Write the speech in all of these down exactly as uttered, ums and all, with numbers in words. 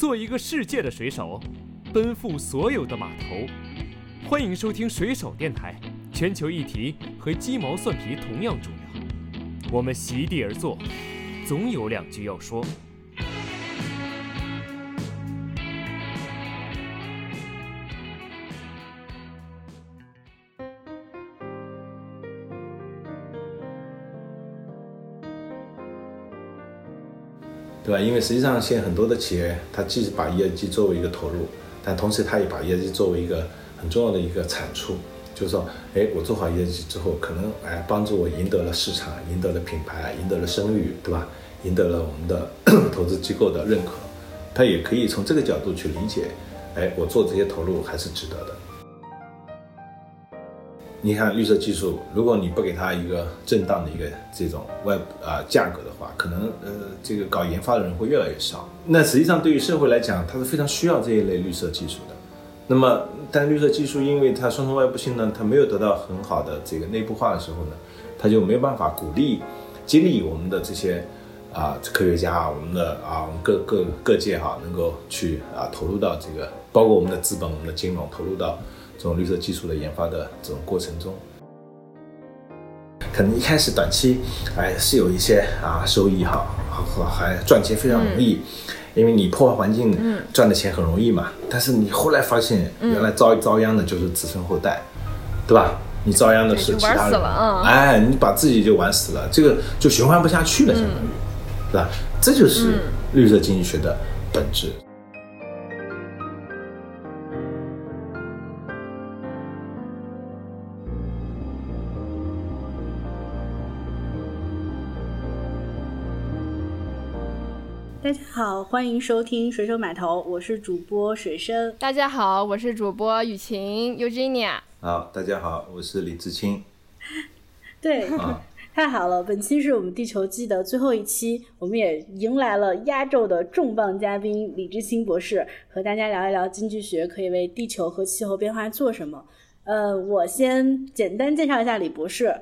做一个世界的水手，奔赴所有的码头。欢迎收听水手电台，全球议题和鸡毛蒜皮同样重要。我们席地而坐，总有两句要说。 对吧？因为实际上现在很多的企业，它既是把 E S G 作为一个投入，但同时它也把 E S G 作为一个很重要的一个产出，就是说，哎，我做好 E S G 之后，可能哎帮助我赢得了市场，赢得了品牌，赢得了声誉，对吧？赢得了我们的投资机构的认可，它也可以从这个角度去理解，哎，我做这些投入还是值得的。你看绿色技术，如果你不给它一个正当的一个这种外啊、呃、价格的话，可能呃这个搞研发的人会越来越少。那实际上对于社会来讲，它是非常需要这一类绿色技术的。那么，但绿色技术因为它双重外部性呢，它没有得到很好的这个内部化的时候呢，它就没有办法鼓励、激励我们的这些啊、呃、科学家啊，我们的啊我们各各各界哈、啊，能够去啊投入到这个，包括我们的资本、我们的金融投入到这种绿色技术的研发的这种过程中，可能一开始短期哎是有一些啊收益哈，还赚钱非常容易，嗯、因为你破坏环境赚的钱很容易嘛。嗯、但是你后来发现，原来遭遭殃的就是子孙后代，对吧？你遭殃的是其他人， 嗯、 哎，你把自己就玩死了，这个就循环不下去了，相当于，嗯、对吧？这就是绿色经济学的本质。 大家好，欢迎收听水手码头，我是主播水生。 大家好，我是主播雨晴 Eugenia。 好，大家好，我是李志清。 对，啊、太好了，本期是我们地球季的最后一期，我们也迎来了压轴的重磅嘉宾李志清博士，和大家聊一聊经济学可以为地球和气候变化做什么。呃，我先简单介绍一下李博士。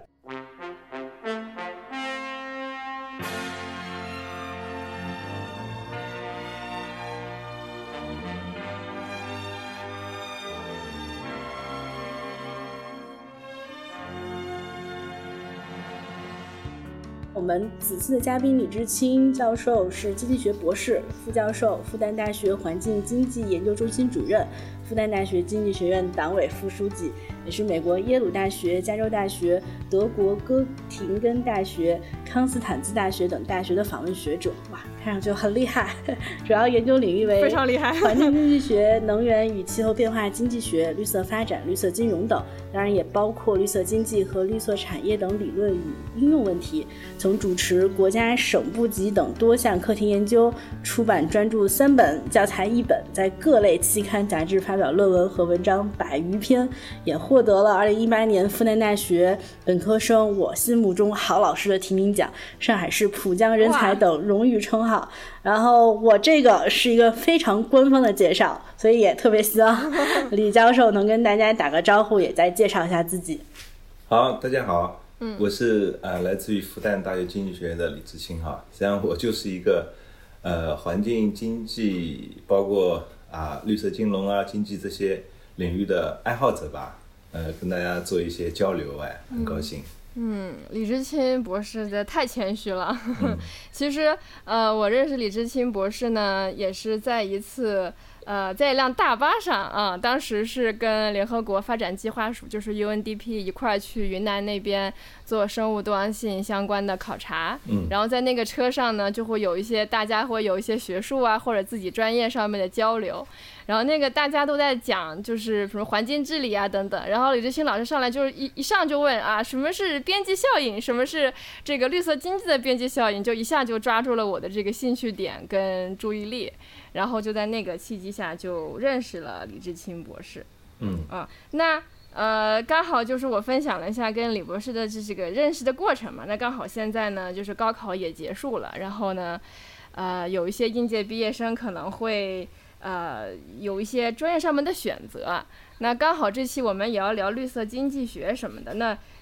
我们此次的嘉宾李志清教授是经济学博士、副教授，复旦大学环境经济研究中心主任，复旦大学经济学院党委副书记，也是美国耶鲁大学、加州大学、德国哥廷根大学、康斯坦兹大学等大学的访问学者。哇，看上去很厉害，主要研究领域为非常厉害环境经济学、能源与气候变化经济学、绿色发展、绿色金融等，当然也包括绿色经济和绿色产业等理论与应用问题。从主持国家省部级等多项课题研究，出版专著三本，教材一本，在各类期刊杂志发表论文和文章百余篇，也获得了二零一八年复旦大学本科生我心目中好老师的提名奖、上海市浦江人才等荣誉称号。然后我这个是一个非常官方的介绍，所以也特别希望李教授能跟大家打个招呼，也再介绍一下自己。 好，大家好。嗯、我是呃来自于复旦大学经济学院的李志清哈，实际上我就是一个呃环境经济包括啊绿色金融啊经济这些领域的爱好者吧，呃跟大家做一些交流，哎，很高兴。 嗯，李志清博士这太谦虚了。 嗯、 其实呃我认识李志清博士呢，也是在一次。呃，在一辆大巴上啊，当时是跟联合国发展计划署，就是 U N D P 一块去云南那边做生物多样性相关的考察。嗯，然后在那个车上呢，就会有一些大家会有一些学术啊或者自己专业上面的交流。然后那个大家都在讲就是什么环境治理啊等等，然后李志清老师上来就是一一上就问啊，什么是边际效应，什么是这个绿色经济的边际效应，就一下就抓住了我的这个兴趣点跟注意力。然后就在那个契机下就认识了李志清博士。 嗯啊，那呃刚好就是我分享了一下跟李博士的这个认识的过程嘛。那刚好现在呢就是高考也结束了，然后呢呃有一些应届毕业生可能会呃有一些专业上面的选择。那刚好这期我们也要聊绿色经济学什么的，那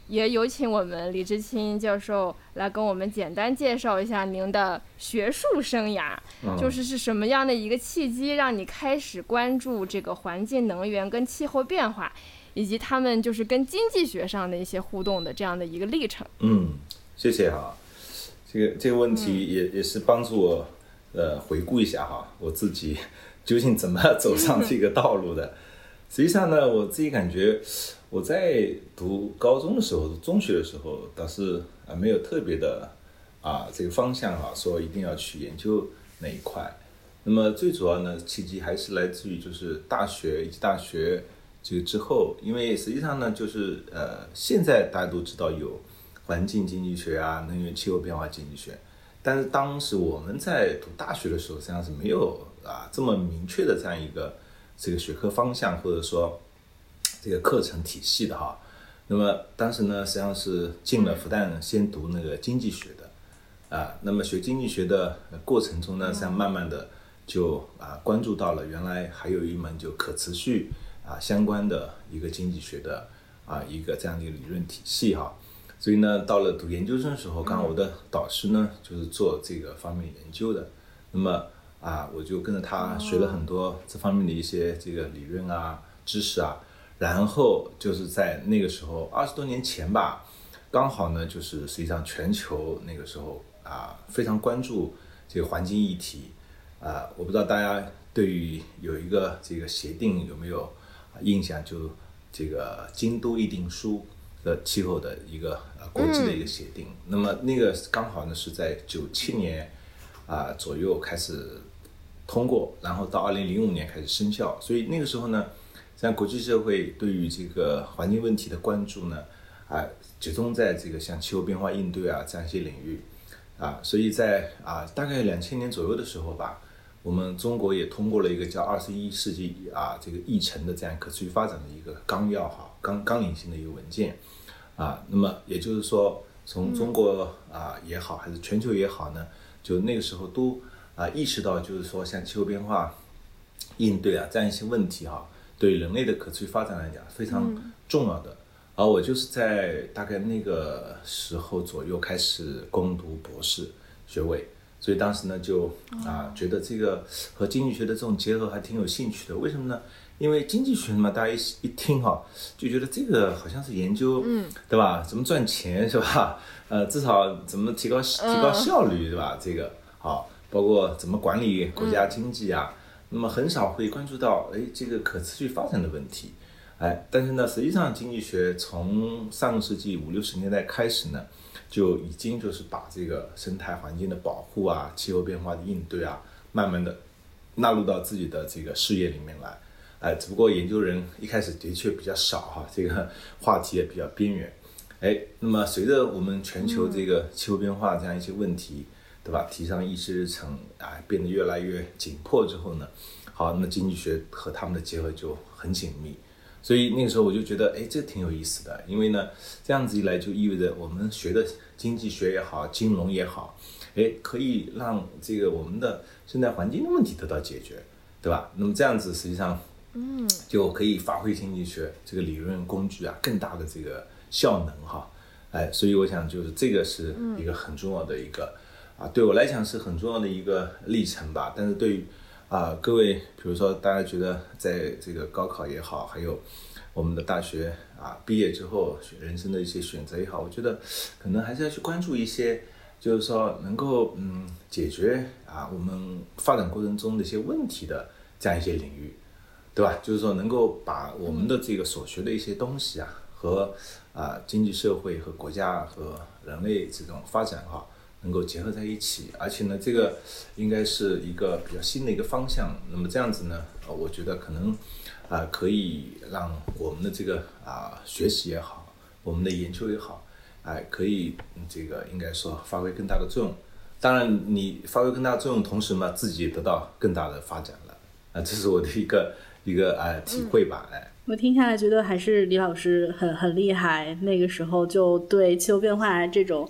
也有请我们李志清教授来跟我们简单介绍一下您的学术生涯， 嗯、 就是是什么样的一个契机让你开始关注这个环境能源跟气候变化，以及他们就是跟经济学上的一些互动的这样的一个历程。 嗯，谢谢哈。这个这个问题也、嗯、也是帮助我呃回顾一下哈，我自己究竟怎么走上这个道路的。实际上呢，我自己感觉我在读高中的时候、读中学的时候，倒是啊没有特别的啊这个方向哈，说一定要去研究哪一块。那么最主要呢，契机还是来自于就是大学以及大学这个之后，因为实际上呢，就是呃现在大家都知道有环境经济学啊、能源气候变化经济学，但是当时我们在读大学的时候，实际上是没有啊这么明确的这样一个这个学科方向或者说这个课程体系的哈。那么当时呢，实际上是进了复旦先读那个经济学的啊。那么学经济学的过程中呢，实际上慢慢的就啊关注到了原来还有一门就可持续啊相关的一个经济学的啊一个这样的一个理论体系哈。所以呢，到了读研究生的时候，刚好我的导师呢就是做这个方面研究的，那么啊，我就跟着他学了很多这方面的一些这个理论啊、知识啊，然后就是在那个时候二十多年前吧，刚好呢就是实际上全球那个时候啊非常关注这个环境议题啊，我不知道大家对于有一个这个协定有没有印象，就这个京都议定书的气候的一个呃国际的一个协定，嗯、那么那个刚好呢是在九七年啊、呃、左右开始通过，然后到二零零五年开始生效，所以那个时候呢，像国际社会对于这个环境问题的关注呢，啊、呃、集中在这个像气候变化应对啊这样一些领域啊，所以在啊、呃、大概两千年左右的时候吧，我们中国也通过了一个叫二十一世纪啊这个议程的这样可持续发展的一个纲要哈。纲纲领性的一个文件啊，那么也就是说，从中国啊也好，还是全球也好呢，就那个时候都啊意识到，就是说像气候变化应对啊这样一些问题哈、啊，对人类的可持续发展来讲非常重要的。而我就是在大概那个时候左右开始攻读博士学位，所以当时呢就啊觉得这个和经济学的这种结合还挺有兴趣的。为什么呢？因为经济学嘛，大家一一听哈，就觉得这个好像是研究，嗯，对吧？怎么赚钱是吧？呃，至少怎么提高提高效率，对吧？这个好，包括怎么管理国家经济啊，那么很少会关注到，哎，这个可持续发展的问题，哎，但是呢，实际上经济学从上个世纪五六十年代开始呢，就已经就是把这个生态环境的保护啊、气候变化的应对啊，慢慢的纳入到自己的这个事业里面来。哎，只不过研究人一开始的确比较少哈，这个话题也比较边缘。哎，那么随着我们全球这个气候变化这样一些问题，嗯、对吧，提上议事日程，啊，变得越来越紧迫之后呢，好，那么经济学和他们的结合就很紧密。所以那个时候我就觉得，哎，这挺有意思的，因为呢，这样子一来就意味着我们学的经济学也好，金融也好，哎，可以让这个我们的生态环境的问题得到解决，对吧？那么这样子实际上。嗯，就可以发挥经济学这个理论工具啊更大的这个效能哈，哎，所以我想就是这个是一个很重要的一个、嗯、啊，对我来讲是很重要的一个历程吧。但是对于啊各位，比如说大家觉得在这个高考也好，还有我们的大学啊毕业之后人生的一些选择也好，我觉得可能还是要去关注一些，就是说能够嗯解决啊我们发展过程中的一些问题的这样一些领域。对吧？就是说，能够把我们的这个所学的一些东西啊，和啊、呃、经济社会和国家和人类这种发展哈、啊，能够结合在一起。而且呢，这个应该是一个比较新的一个方向。那么这样子呢，呃、我觉得可能啊、呃、可以让我们的这个啊、呃、学习也好，我们的研究也好，哎、呃，可以这个应该说发挥更大的作用。当然，你发挥更大的作用，同时嘛，自己也得到更大的发展了。啊、呃，这是我的一个。一个呃体会吧，哎， 我听下来觉得还是李老师很很厉害，那个时候就对气候变化这种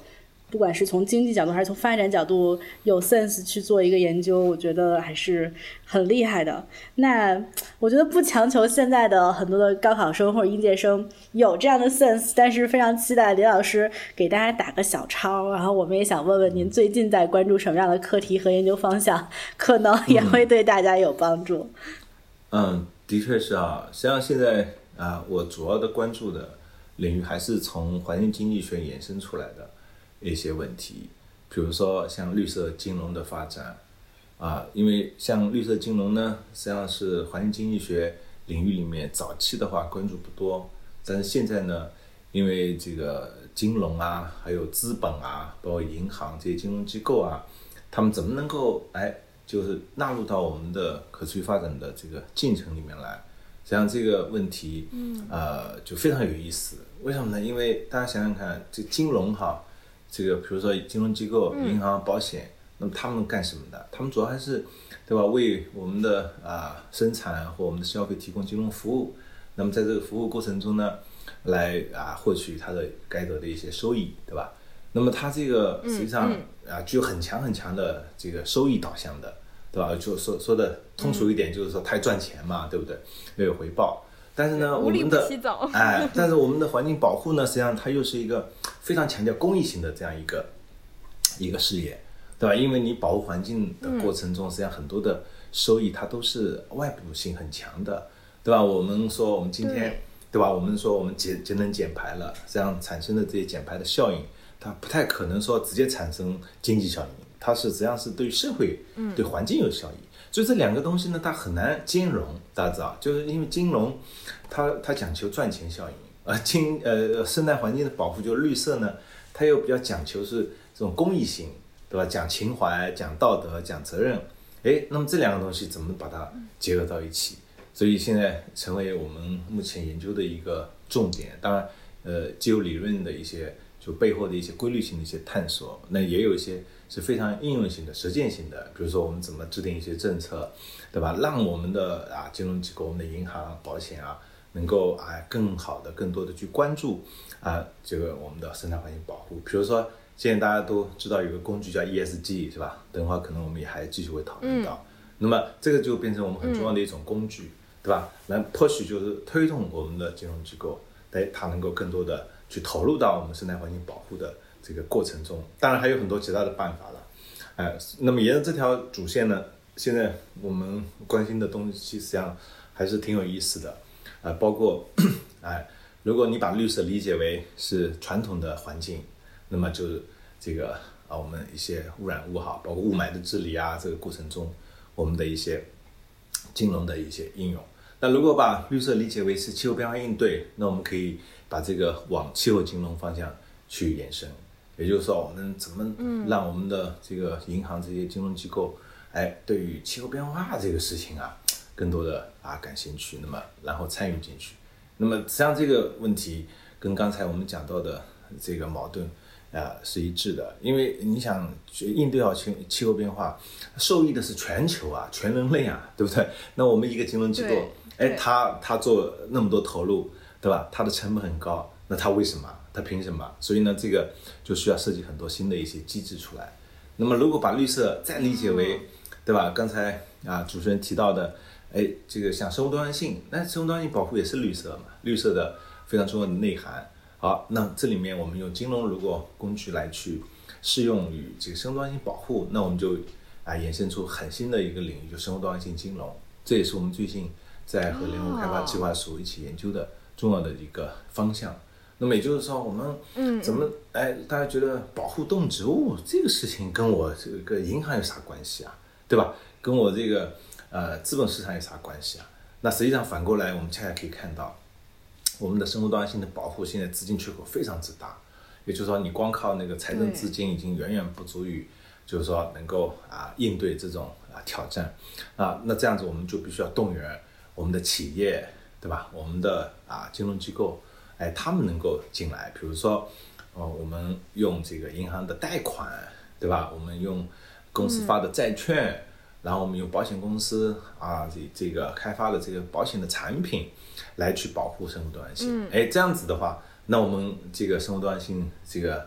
不管是从经济角度还是从发展角度有 sense 去做一个研究，我觉得还是很厉害的。那我觉得不强求现在的很多的高考生或者应届生有这样的 sense， 但是非常期待李老师给大家打个小抄，然后我们也想问问您最近在关注什么样的课题和研究方向，可能也会对大家有帮助。 嗯，的确是啊，实际上现在啊，我主要的关注的领域还是从环境经济学衍生出来的一些问题，比如说像绿色金融的发展啊，因为像绿色金融呢，实际上是环境经济学领域里面早期的话关注不多，但是现在呢，因为这个金融啊，还有资本啊，包括银行这些金融机构啊，他们怎么能够哎，就是纳入到我们的可持续发展的这个进程里面来？实际上这个问题，嗯，呃，就非常有意思。为什么呢？因为大家想想看，这金融哈。这个比如说金融机构、银行、保险，嗯、那么他们干什么的？他们主要还是，对吧？为我们的啊、呃、生产和我们的消费提供金融服务。那么在这个服务过程中呢，来啊获取它的该得的一些收益，对吧？那么它这个实际上、嗯嗯、啊具有很强很强的这个收益导向的，对吧？就说说的通俗一点，就是说它赚钱嘛，对不对？要有回报。但是呢，我们的哎，但是我们的环境保护呢，实际上它又是一个非常强调公益性的这样一个一个事业，对吧？因为你保护环境的过程中，实际上很多的收益它都是外部性很强的，对吧？我们说我们今天， 对, 对吧？我们说我们节节能减排了，这样产生的这些减排的效应，它不太可能说直接产生经济效应，它是实际上是对社会、对环境有效益。所以这两个东西呢，它很难兼容，大家知道，就是因为金融，它它讲求赚钱效应，而金呃生态环境的保护就是绿色呢，它又比较讲求是这种公益性，对吧？讲情怀、讲道德、讲责任，哎，那么这两个东西怎么把它结合到一起？所以现在成为我们目前研究的一个重点。当然，呃，既有理论的一些就背后的一些规律性的一些探索，那也有一些是非常应用性的、实践性的，比如说我们怎么制定一些政策，对吧？让我们的啊金融机构、我们的银行、保险啊，能够啊更好的、更多的去关注啊这个我们的生态环境保护。比如说，现在大家都知道有个工具叫 E S G， 是吧？等会儿可能我们也还继续会讨论到。嗯、那么这个就变成我们很重要的一种工具，嗯、对吧？来或许就是推动我们的金融机构，哎，它能够更多的去投入到我们生态环境保护的这个过程中，当然还有很多其他的办法了，哎，那么沿着这条主线呢，现在我们关心的东西实际上还是挺有意思的，呃，包括，哎，如果你把绿色理解为是传统的环境，那么就是这个啊，我们一些污染物哈，包括雾霾的治理啊，这个过程中我们的一些金融的一些应用。那如果把绿色理解为是气候变化应对，那我们可以把这个往气候金融方向去延伸。也就是说，我们怎么让我们的这个银行这些金融机构，哎，对于气候变化这个事情啊，更多的啊感兴趣，那么然后参与进去。那么实际上这个问题跟刚才我们讲到的这个矛盾啊是一致的，因为你想应对好气气候变化，受益的是全球啊，全人类啊，对不对？那我们一个金融机构，哎，他他做那么多投入，对吧？他的成本很高，那他为什么？他凭什么？所以呢，这个就需要设计很多新的一些机制出来。那么，如果把绿色再理解为，对吧？刚才啊主持人提到的，哎，这个像生物多样性，那生物多样性保护也是绿色嘛，绿色的非常重要的内涵。好，那这里面我们用金融如果工具来去适用于这个生物多样性保护，那我们就啊衍生出很新的一个领域，就生物多样性金融。这也是我们最近在和联合开发计划署一起研究的重要的一个方向。那么也就是说，我们怎么哎，大家觉得保护动植物这个事情跟我这个银行有啥关系啊？对吧？跟我这个呃资本市场有啥关系啊？那实际上反过来，我们恰恰可以看到，我们的生物多样性的保护现在资金缺口非常之大。也就是说，你光靠那个财政资金已经远远不足以，就是说能够啊应对这种啊挑战啊。那这样子，我们就必须要动员我们的企业，对吧？我们的啊金融机构。哎，他们能够进来，比如说，呃，我们用这个银行的贷款，对吧？我们用公司发的债券，嗯、然后我们用保险公司啊，这这个开发的这个保险的产品，来去保护生物多样性。嗯、哎，这样子的话，那我们这个生物多样性这个保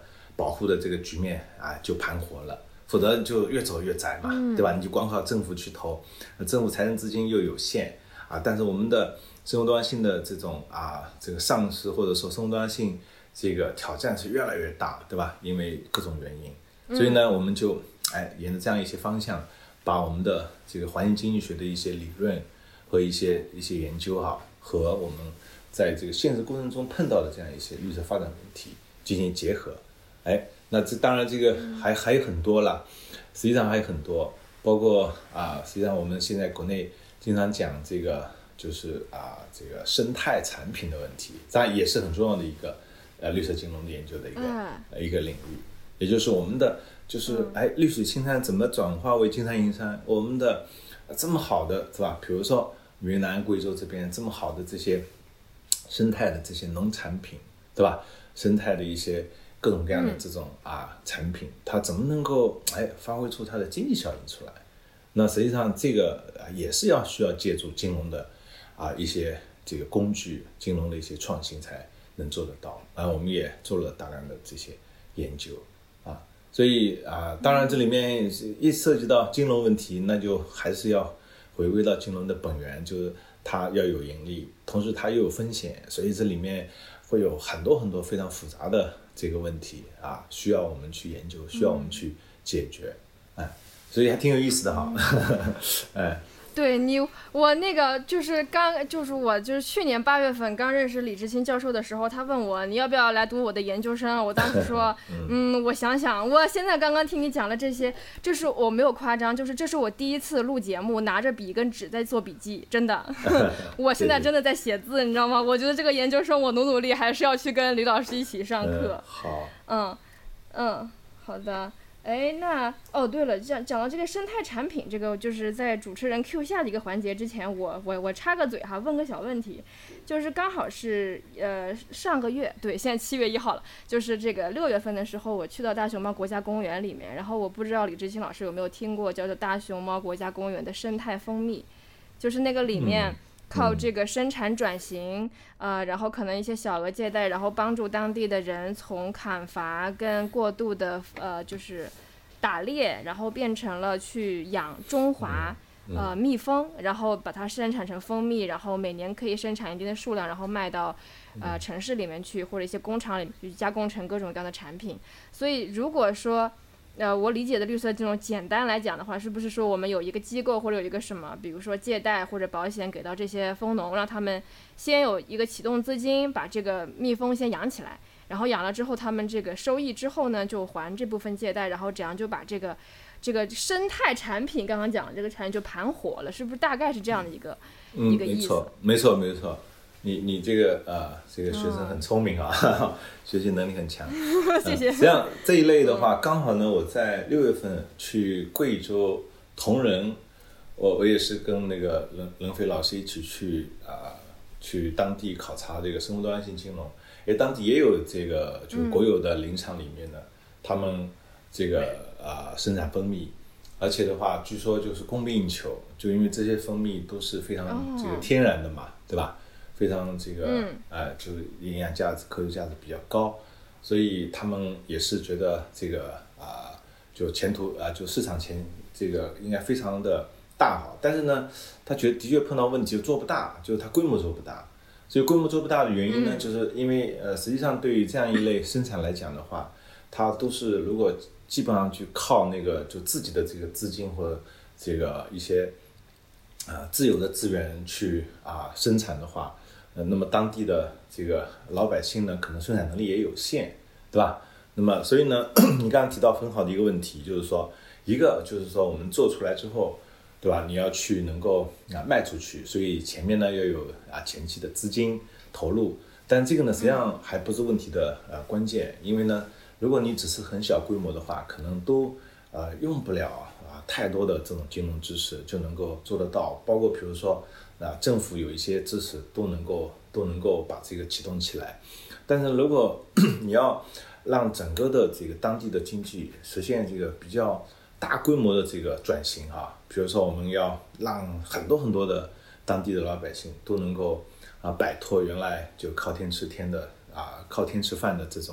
保护的这个局面啊就盘活了，否则就越走越窄嘛， 嗯、 对吧？你就光靠政府去投，政府财政资金又有限啊，但是我们的生活多样性的这种啊这个丧失或者说生活多样性这个挑战是越来越大，对吧？因为各种原因，所以呢，我们就哎沿着这样一些方向，把我们的这个环境经济学的一些理论和一些一些研究哈，和我们在这个现实过程中碰到的这样一些绿色发展问题进行结合。哎，那这当然这个还还有很多啦，实际上还有很多，包括啊，实际上我们现在国内经常讲这个就是啊这个生态产品的问题，当然也是很重要的一个呃绿色金融的研究的一个、嗯、一个领域，也就是我们的就是哎绿水青山怎么转化为金山银山，我们的这么好的是吧？比如说云南、贵州这边这么好的这些生态的这些农产品，对吧？生态的一些各种各样的这种啊产品，它怎么能够哎发挥出它的经济效应出来？那实际上这个也是要需要借助金融的啊一些这个工具，金融的一些创新才能做得到。然后我们也做了大量的这些研究啊，所以啊，当然这里面一涉及到金融问题，那就还是要回归到金融的本源，就是它要有盈利，同时它又有风险，所以这里面会有很多很多非常复杂的这个问题啊，需要我们去研究，需要我们去解决，哎，所以还挺有意思的哈，哎。 对你，我那个就是刚，就是我就是去年八月份刚认识李志清教授的时候，他问我你要不要来读我的研究生，我当时说，嗯，我想想，我现在刚刚听你讲了这些，就是我没有夸张，就是这是我第一次录节目，拿着笔跟纸在做笔记，真的，我现在真的在写字，你知道吗？我觉得这个研究生我努努力，还是要去跟李老师一起上课。 嗯、好， 嗯嗯，好的。哎，那哦，对了，讲讲到这个生态产品，这个就是在主持人 Q 下的一个环节之前，我我我插个嘴哈，问个小问题，就是刚好是呃上个月，对，现在七月一号了，就是这个六月份的时候，我去到大熊猫国家公园里面，然后我不知道李志清老师有没有听过叫做大熊猫国家公园的生态蜂蜜，就是那个里面。嗯靠这个生产转型，呃，然后可能一些小额借贷，然后帮助当地的人从砍伐跟过度的呃就是打猎，然后变成了去养中华呃蜜蜂，然后把它生产成蜂蜜，然后每年可以生产一定的数量，然后卖到呃城市里面去或者一些工厂里面去加工成各种各样的产品。所以如果说呃，我理解的绿色金融，简单来讲的话，是不是说我们有一个机构或者有一个什么，比如说借贷或者保险给到这些蜂农，让他们先有一个启动资金，把这个蜜蜂先养起来，然后养了之后，他们这个收益之后呢，就还这部分借贷，然后这样就把这个这个生态产品刚刚讲的这个产品就盘活了，是不是大概是这样的一个、 嗯、 一个意思？ 没错，没错，没错。你你这个呃，这个学生很聪明啊，哦、学习能力很强。 谢谢、 嗯。实际上这一类的话，刚好呢，我在六月份去贵州铜仁，我我也是跟那个任任飞老师一起去啊、呃，去当地考察这个生物多样性金融。因为当地也有这个就是国有的林场里面呢，嗯、他们这个啊、呃、生产蜂蜜，而且的话，据说就是供不应求，就因为这些蜂蜜都是非常这个天然的嘛，哦、对吧？非常这个，嗯、呃，就是营养价值、科学价值比较高，所以他们也是觉得这个啊、呃，就前途啊、呃，就市场前这个应该非常的大好。但是呢，他觉得的确碰到问题，就做不大，就是它规模做不大。所以规模做不大的原因呢，嗯、就是因为呃，实际上对于这样一类生产来讲的话，它都是如果基本上去靠那个就自己的这个资金或这个一些啊、呃、自有的资源去啊、呃、生产的话。呃，那么当地的这个老百姓呢，可能生产能力也有限，对吧？那么所以呢，你刚刚提到很好的一个问题，就是说，一个就是说我们做出来之后，对吧？你要去能够啊卖出去，所以前面呢要有啊前期的资金投入，但这个呢实际上还不是问题的呃关键，因为呢，如果你只是很小规模的话，可能都呃用不了啊太多的这种金融知识就能够做得到，包括比如说。啊，政府有一些支持都能够都能够把这个启动起来，但是如果你要让整个的这个当地的经济实现这个比较大规模的这个转型啊，比如说我们要让很多很多的当地的老百姓都能够啊摆脱原来就靠天吃天的啊靠天吃饭的这种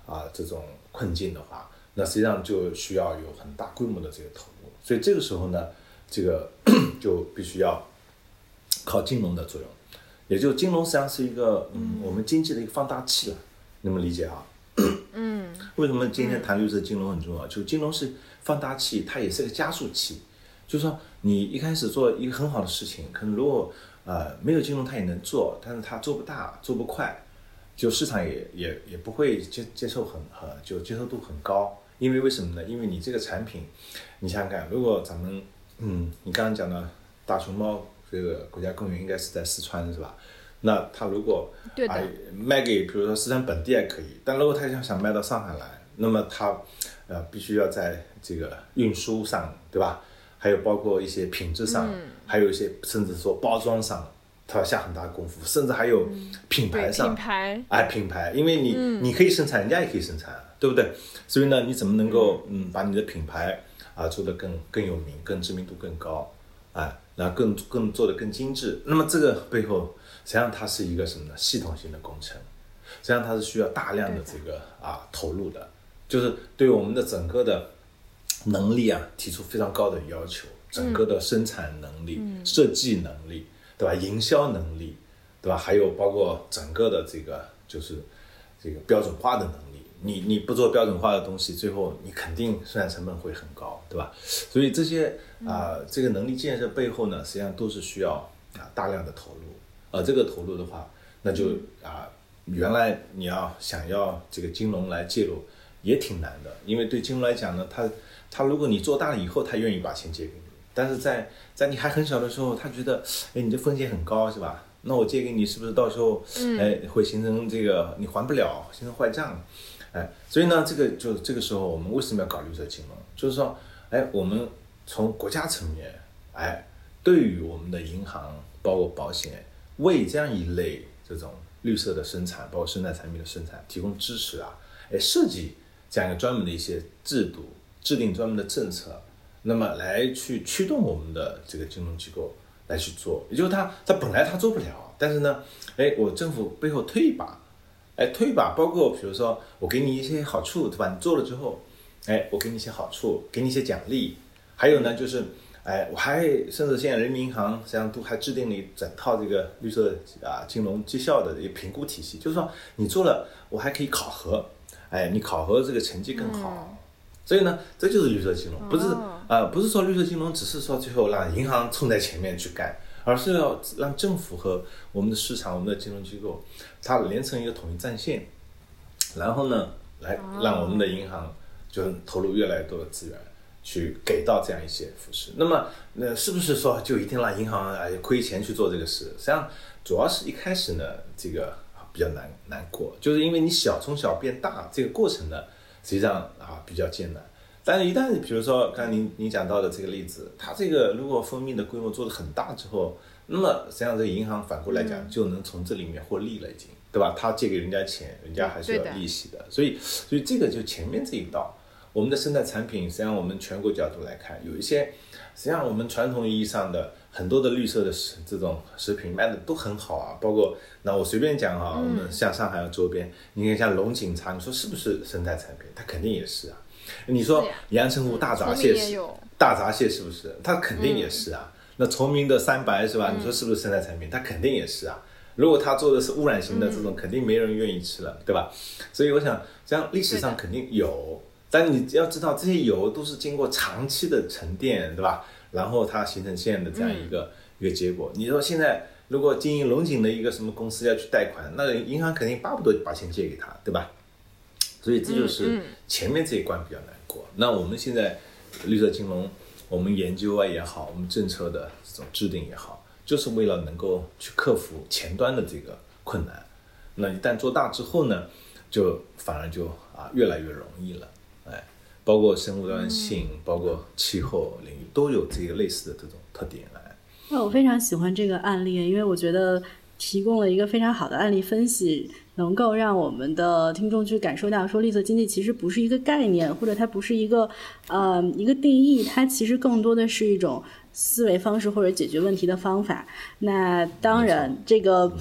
啊这种困境的话，那实际上就需要有很大规模的这个投入。所以这个时候呢，这个就必须要靠金融的作用，也就金融实际上是一个嗯我们经济的一个放大器了，你们理解啊？ 嗯， 为什么今天谈绿色金融很重要？就金融是放大器，它也是个加速器。就是说，你一开始做一个很好的事情，可能如果呃没有金融，它也能做，但是它做不大，做不快，就市场也也也不会接接受很很就接受度很高。因为为什么呢？因为你这个产品，你想想看，如果咱们嗯，你刚刚讲的大熊猫这个国家公园应该是在四川是吧？那他如果啊卖给比如说四川本地还可以，但如果他想想卖到上海来，那么他呃必须要在这个运输上，对吧？还有包括一些品质上，嗯、还有一些甚至说包装上，他要下很大功夫，甚至还有品牌上， 嗯、品牌哎品牌，因为你、嗯、你可以生产，人家也可以生产，对不对？所以呢，你怎么能够嗯把你的品牌啊做得更更有名，更知名度更高，哎，然后更更做得更精致？那么这个背后。实际上它是一个什么呢？系统性的工程，实际上它是需要大量的这个啊投入的，就是对我们的整个的能力啊提出非常高的要求，整个的生产能力、嗯、设计能力，对吧？营销能力，对吧？还有包括整个的这个就是这个标准化的能力。你你不做标准化的东西，最后你肯定生产成本会很高，对吧？所以这些啊、呃、这个能力建设背后呢，实际上都是需要啊大量的投入。而这个投入的话，那就啊，原来你要想要这个金融来介入也挺难的，因为对金融来讲呢，他他如果你做大了以后，他愿意把钱借给你，但是在在你还很小的时候，他觉得，哎，你这风险很高，是吧？那我借给你，是不是到时候，哎，会形成这个你还不了，形成坏账，哎，所以呢，这个就这个时候我们为什么要搞绿色金融？就是说，哎，我们从国家层面，哎，对于我们的银行，包括保险。为这样一类这种绿色的生产，包括生态产品的生产提供支持啊，哎，设计这样一个专门的一些制度，制定专门的政策，那么来去驱动我们的这个金融机构来去做，也就是他他本来他做不了，但是呢，哎，我政府背后推一把，哎，推一把，包括比如说我给你一些好处，对吧？你做了之后，哎，我给你一些好处，给你一些奖励，还有呢就是。哎，我还甚至现在人民银行实际上都还制定了一整套这个绿色啊金融绩效的一个评估体系，就是说你做了，我还可以考核，哎，你考核这个成绩更好，嗯、所以呢，这就是绿色金融，不是啊、呃，不是说绿色金融只是说最后让银行冲在前面去干，而是要让政府和我们的市场、我们的金融机构，它连成一个统一战线，然后呢，来让我们的银行就投入越来越多的资源。去给到这样一些扶持，那么那是不是说就一定让银行哎亏钱去做这个事？实际上，主要是一开始呢，这个比较难难过，就是因为你小从小变大这个过程呢，实际上啊比较艰难。但是，一旦比如说刚才您您讲到的这个例子，它这个如果蜂蜜的规模做得很大之后，那么实际上这个银行反过来讲就能从这里面获利了，已经对吧？他借给人家钱，人家还是要利息的，所以所以这个就前面这一道。我们的生态产品，实际上我们全国角度来看，有一些，实际上我们传统意义上的很多的绿色的这种食品卖的都很好啊，包括那我随便讲哈、啊，我们像上海周边，你看像龙井茶，你说是不是生态产品？它肯定也是啊。你说阳澄湖大闸蟹是大闸蟹是不是？它肯定也是啊。那崇明的三白是吧？你说是不是生态产品？它肯定也是啊。如果他做的是污染型的这种，肯定没人愿意吃了，对吧？所以我想，这样历史上肯定有。但你要知道，这些油都是经过长期的沉淀，对吧？然后它形成现在的这样一个、嗯、一个结果。你说现在如果经营龙井的一个什么公司要去贷款，那银行肯定巴不得把钱借给他，对吧？所以这就是前面这一关比较难过。嗯嗯、那我们现在绿色金融，我们研究啊也好，我们政策的这种制定也好，就是为了能够去克服前端的这个困难。那一旦做大之后呢，就反而就啊越来越容易了。哎，包括生物多样性、嗯，包括气候领域都有这个类似的这种特点。哎， 那我非常喜欢这个案例，因为我觉得提供了一个非常好的案例分析，能够让我们的听众去感受到，说绿色经济其实不是一个概念，或者它不是一个呃一个定义，它其实更多的是一种思维方式或者解决问题的方法。那当然，这个。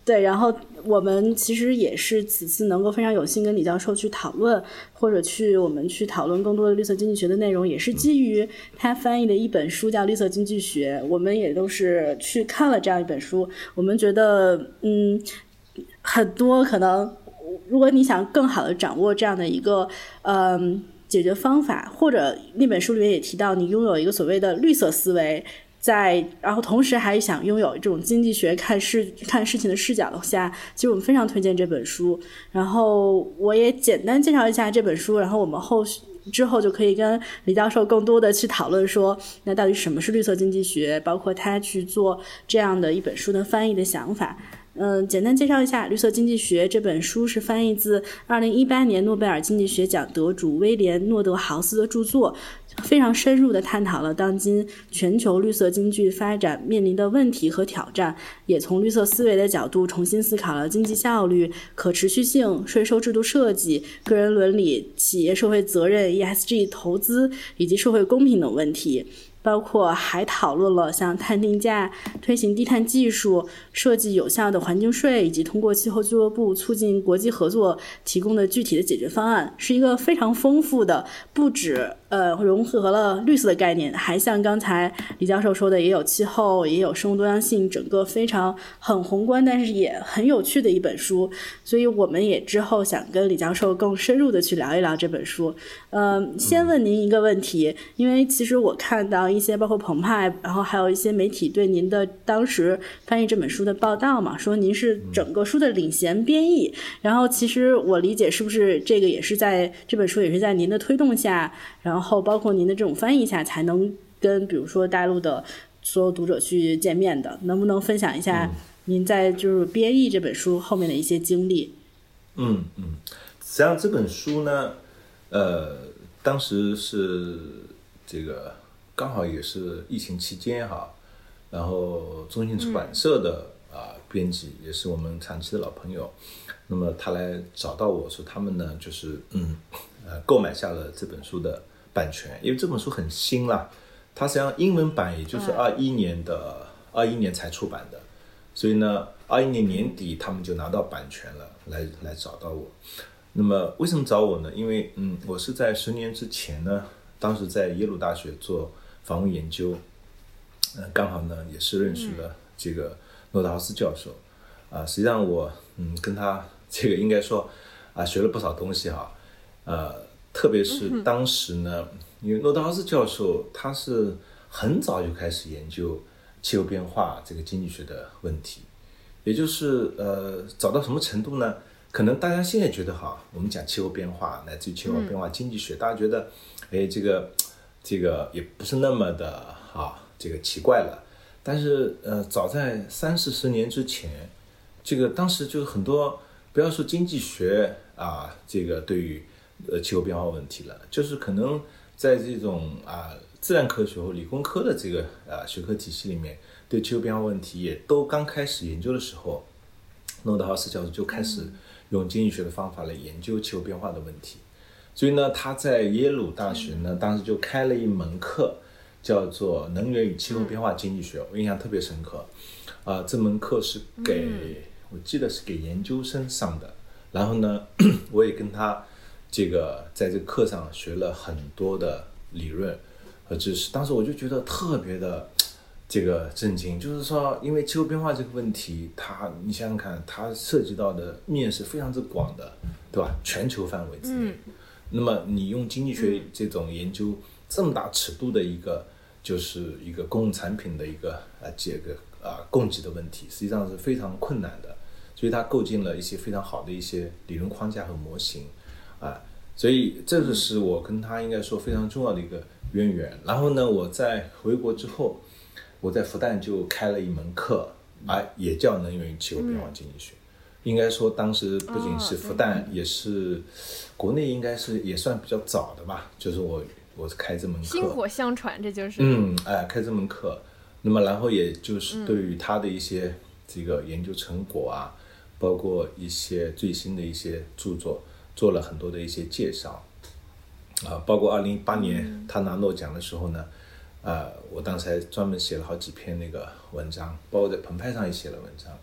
对，然后我们其实也是此次能够非常有幸跟李教授去讨论，或者去我们去讨论更多的绿色经济学的内容，也是基于他翻译的一本书叫《绿色经济学》，我们也都是去看了这样一本书，我们觉得嗯，很多可能如果你想更好的掌握这样的一个嗯解决方法，或者那本书里面也提到你拥有一个所谓的绿色思维，在然后同时还想拥有这种经济学看事看事情的视角的下，其实我们非常推荐这本书。然后我也简单介绍一下这本书，然后我们后续之后就可以跟李教授更多的去讨论说，那到底什么是绿色经济学，包括他去做这样的一本书的翻译的想法。嗯，简单介绍一下《绿色经济学》这本书是翻译自二零一八年诺贝尔经济学奖得主威廉·诺德豪斯的著作，非常深入地探讨了当今全球绿色经济发展面临的问题和挑战，也从绿色思维的角度重新思考了经济效率、可持续性、税收制度设计、个人伦理、企业社会责任、E S G 投资以及社会公平等问题。包括还讨论了像碳定价、推行低碳技术、设计有效的环境税，以及通过气候俱乐部促进国际合作提供的具体的解决方案，是一个非常丰富的，不止呃融合了绿色的概念，还像刚才李教授说的，也有气候，也有生物多样性，整个非常很宏观，但是也很有趣的一本书。所以我们也之后想跟李教授更深入的去聊一聊这本书。呃，先问您一个问题，因为其实我看到一些包括澎湃，然后还有一些媒体对您的当时翻译这本书的报道嘛，说您是整个书的领衔编译，然后其实我理解是不是这个也是在这本书也是在您的推动下，然后包括您的这种翻译下才能跟比如说大陆的所有读者去见面的，能不能分享一下您在就是编译这本书后面的一些经历？ 嗯嗯，实际上这本书呢，呃，当时是这个刚好也是疫情期间哈，然后中信出版社的啊、呃、编辑也是我们长期的老朋友，那么他来找到我说他们呢就是嗯呃购买下了这本书的版权，因为这本书很新啦，它实际上英文版也就是二一年的二一年才出版的，所以呢二一年年底他们就拿到版权了，来来找到我。那么为什么找我呢？因为嗯我是在十年之前呢，当时在耶鲁大学做访问研究，呃，刚好呢也是认识了这个诺德豪斯教授，啊、呃，实际上我嗯跟他这个应该说啊、呃、学了不少东西哈，呃，特别是当时呢，因为诺德豪斯教授他是很早就开始研究气候变化这个经济学的问题，也就是呃早到什么程度呢？可能大家现在觉得哈，我们讲气候变化乃至于气候变化经济学，嗯、大家觉得哎这个。这个也不是那么的啊，这个奇怪了。但是呃，早在三四十年之前，这个当时就很多，不要说经济学啊，这个对于呃气候变化问题了，就是可能在这种啊自然科学和理工科的这个啊学科体系里面，对气候变化问题也都刚开始研究的时候，诺德豪斯教授就开始用经济学的方法来研究气候变化的问题。所以呢，他在耶鲁大学呢，当时就开了一门课，叫做《能源与气候变化经济学》，我印象特别深刻。啊、呃，这门课是给、嗯、我记得是给研究生上的。然后呢，我也跟他这个在这个课上学了很多的理论和知识。当时我就觉得特别的这个震惊，就是说，因为气候变化这个问题，它你想想看，它涉及到的面是非常之广的，对吧？全球范围之内。嗯，那么你用经济学这种研究这么大尺度的一个，就是一个公共产品的一个啊这个啊供给的问题，实际上是非常困难的，所以它构建了一些非常好的一些理论框架和模型，啊，所以这个是我跟他应该说非常重要的一个渊源。然后呢，我在回国之后，我在复旦就开了一门课，啊，也叫能源与气候变化经济学。应该说当时不仅是复旦，也是国内应该是也算比较早的吧，就是我我开这门课， 薪火相传，这就是嗯哎开这门课，那么然后也就是对于他的一些这个研究成果啊，包括一些最新的一些著作做了很多的一些介绍啊，包括二零一八年他拿诺奖的时候呢，呃我当时还专门写了好几篇那个文章，包括在澎湃上也写了文章。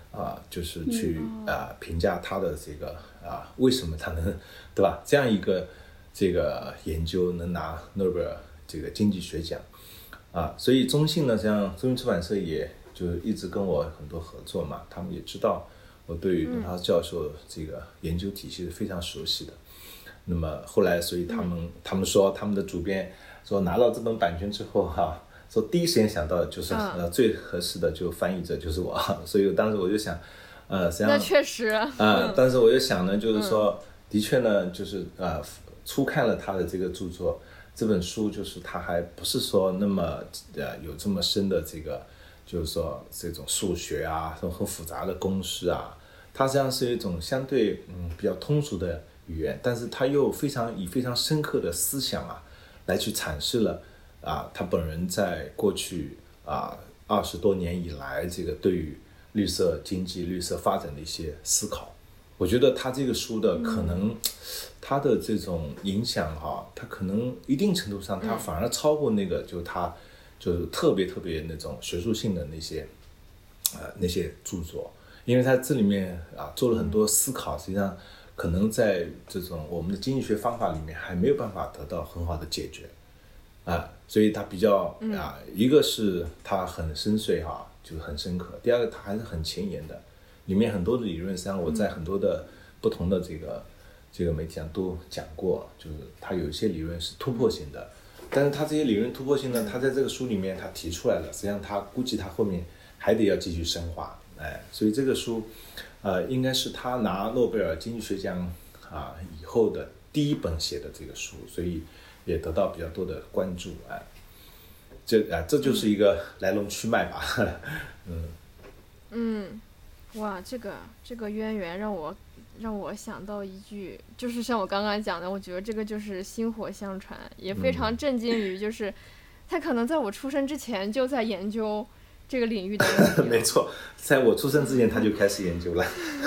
啊，就是去啊评价他的这个啊为什么他能对吧？这样一个这个研究能拿诺贝尔这个经济学奖啊，所以中信呢，像中信出版社也就一直跟我很多合作嘛，他们也知道我对于董涛教授这个研究体系是非常熟悉的。那么后来，所以他们、嗯、他们说他们的主编说拿到这本版权之后哈、啊，说第一时间想到的就是、嗯、呃最合适的就翻译者就是我，所以当时我就想，呃，实际上那确实啊、 呃，但是我就想呢，就是说、嗯、的确呢，就是呃初看了他的这个著作，这本书就是他还不是说那么呃有这么深的这个，就是说这种数学啊，这种很复杂的公式啊，它实际上是一种相对嗯比较通俗的语言，但是他又非常以非常深刻的思想啊，来去阐释了啊他本人在过去啊二十多年以来这个对于绿色经济、绿色发展的一些思考。我觉得他这个书的可能，他的这种影响哈、啊，他可能一定程度上，他反而超过那个就他就是特别特别那种学术性的那些呃那些著作，因为他这里面啊做了很多思考，实际上。可能在这种我们的经济学方法里面还没有办法得到很好的解决，啊，所以它比较啊，一个是它很深邃哈、啊，就是很深刻；第二个它还是很前沿的，里面很多的理论，实际上我在很多的不同的这个这个媒体上都讲过，就是它有一些理论是突破性的，但是它这些理论突破性呢，它在这个书里面它提出来了，实际上它估计它后面还得要继续深化，哎，所以这个书。呃，应该是他拿诺贝尔经济学奖啊以后的第一本写的这个书，所以也得到比较多的关注啊。这啊，这就是一个来龙去脉吧。嗯嗯，哇，这个这个渊源让我让我想到一句，就是像我刚刚讲的，我觉得这个就是薪火相传，也非常震惊于就是、嗯、他可能在我出生之前就在研究。这个领域的问题没错，在我出生之前他就开始研究了。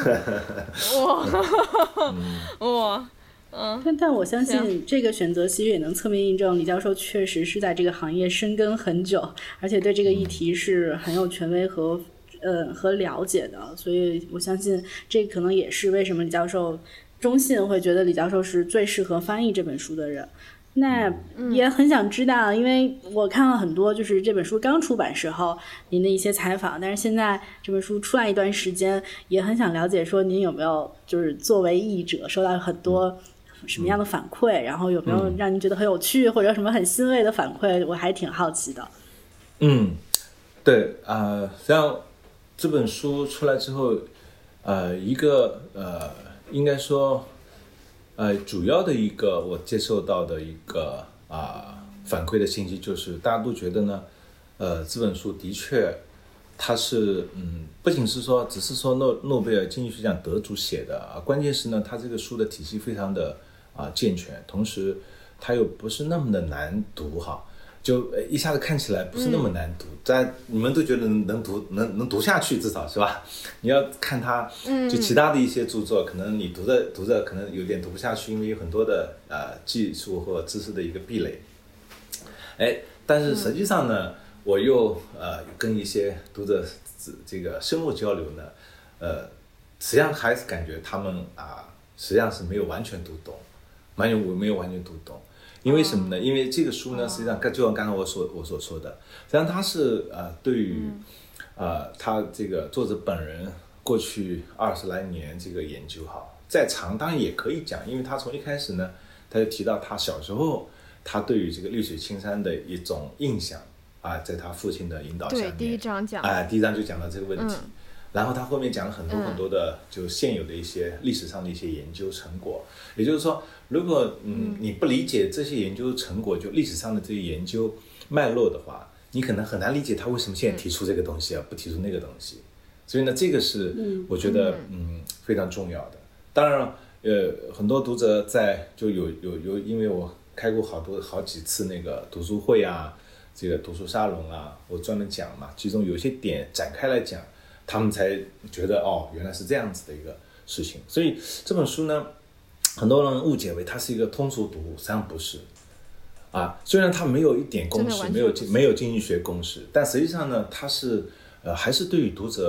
哇，哇，嗯， 但但我相信这个选择其实也能侧面印证李教授确实是在这个行业深耕很久，而且对这个议题是很有权威和呃和了解的，所以我相信这可能也是为什么李教授中信会觉得李教授是最适合翻译这本书的人。那也很想知道，因为我看了很多就是这本书刚出版时候您的一些采访，但是现在这本书出来一段时间，也很想了解说您有没有就是作为译者收到很多什么样的反馈、嗯、然后有没有让您觉得很有趣、嗯、或者什么很欣慰的反馈，我还挺好奇的。 嗯，对啊、呃，实际上这本书出来之后呃，一个呃应该说呃，主要的一个我接受到的一个啊、呃、反馈的信息就是，大家都觉得呢，呃，这本书的确，它是嗯，不仅是说只是说诺诺贝尔经济学奖得主写的啊，关键是呢，它这个书的体系非常的啊、呃、健全，同时它又不是那么的难读哈。就一下子看起来不是那么难读，但、嗯、你们都觉得能读能能读下去，至少是吧？你要看他，就其他的一些著作，嗯、可能你读着读着可能有点读不下去，因为有很多的呃技术或知识的一个壁垒。哎，但是实际上呢，嗯、我又呃跟一些读者这个深入交流呢，呃，实际上还是感觉他们啊、呃，实际上是没有完全读懂，没有我没有完全读懂。因为什么呢？因为这个书呢，实际上就像刚才我所我所说的，实际上它是呃对于呃他这个作者本人过去二十来年这个研究哈，再长当然也可以讲，因为他从一开始呢，他就提到他小时候他对于这个绿水青山的一种印象啊，在他父亲的引导下面， 对，第一章讲， 哎、呃，第一章就讲到这个问题。 嗯然后他后面讲了很多很多的就现有的一些历史上的一些研究成果，也就是说，如果嗯你不理解这些研究成果，就历史上的这些研究脉络的话，你可能很难理解他为什么现在提出这个东西而不提出那个东西。所以呢，这个是我觉得嗯非常重要的。当然，呃，很多读者在就有有有，因为我开过好多好几次那个读书会啊，这个读书沙龙啊，我专门讲嘛，其中有些点展开来讲。他们才觉得哦，原来是这样子的一个事情。所以这本书呢，很多人误解为它是一个通俗读物，实际上不是。啊，虽然它没有一点公式，没有没有经济学公式，但实际上呢，它是呃还是对于读者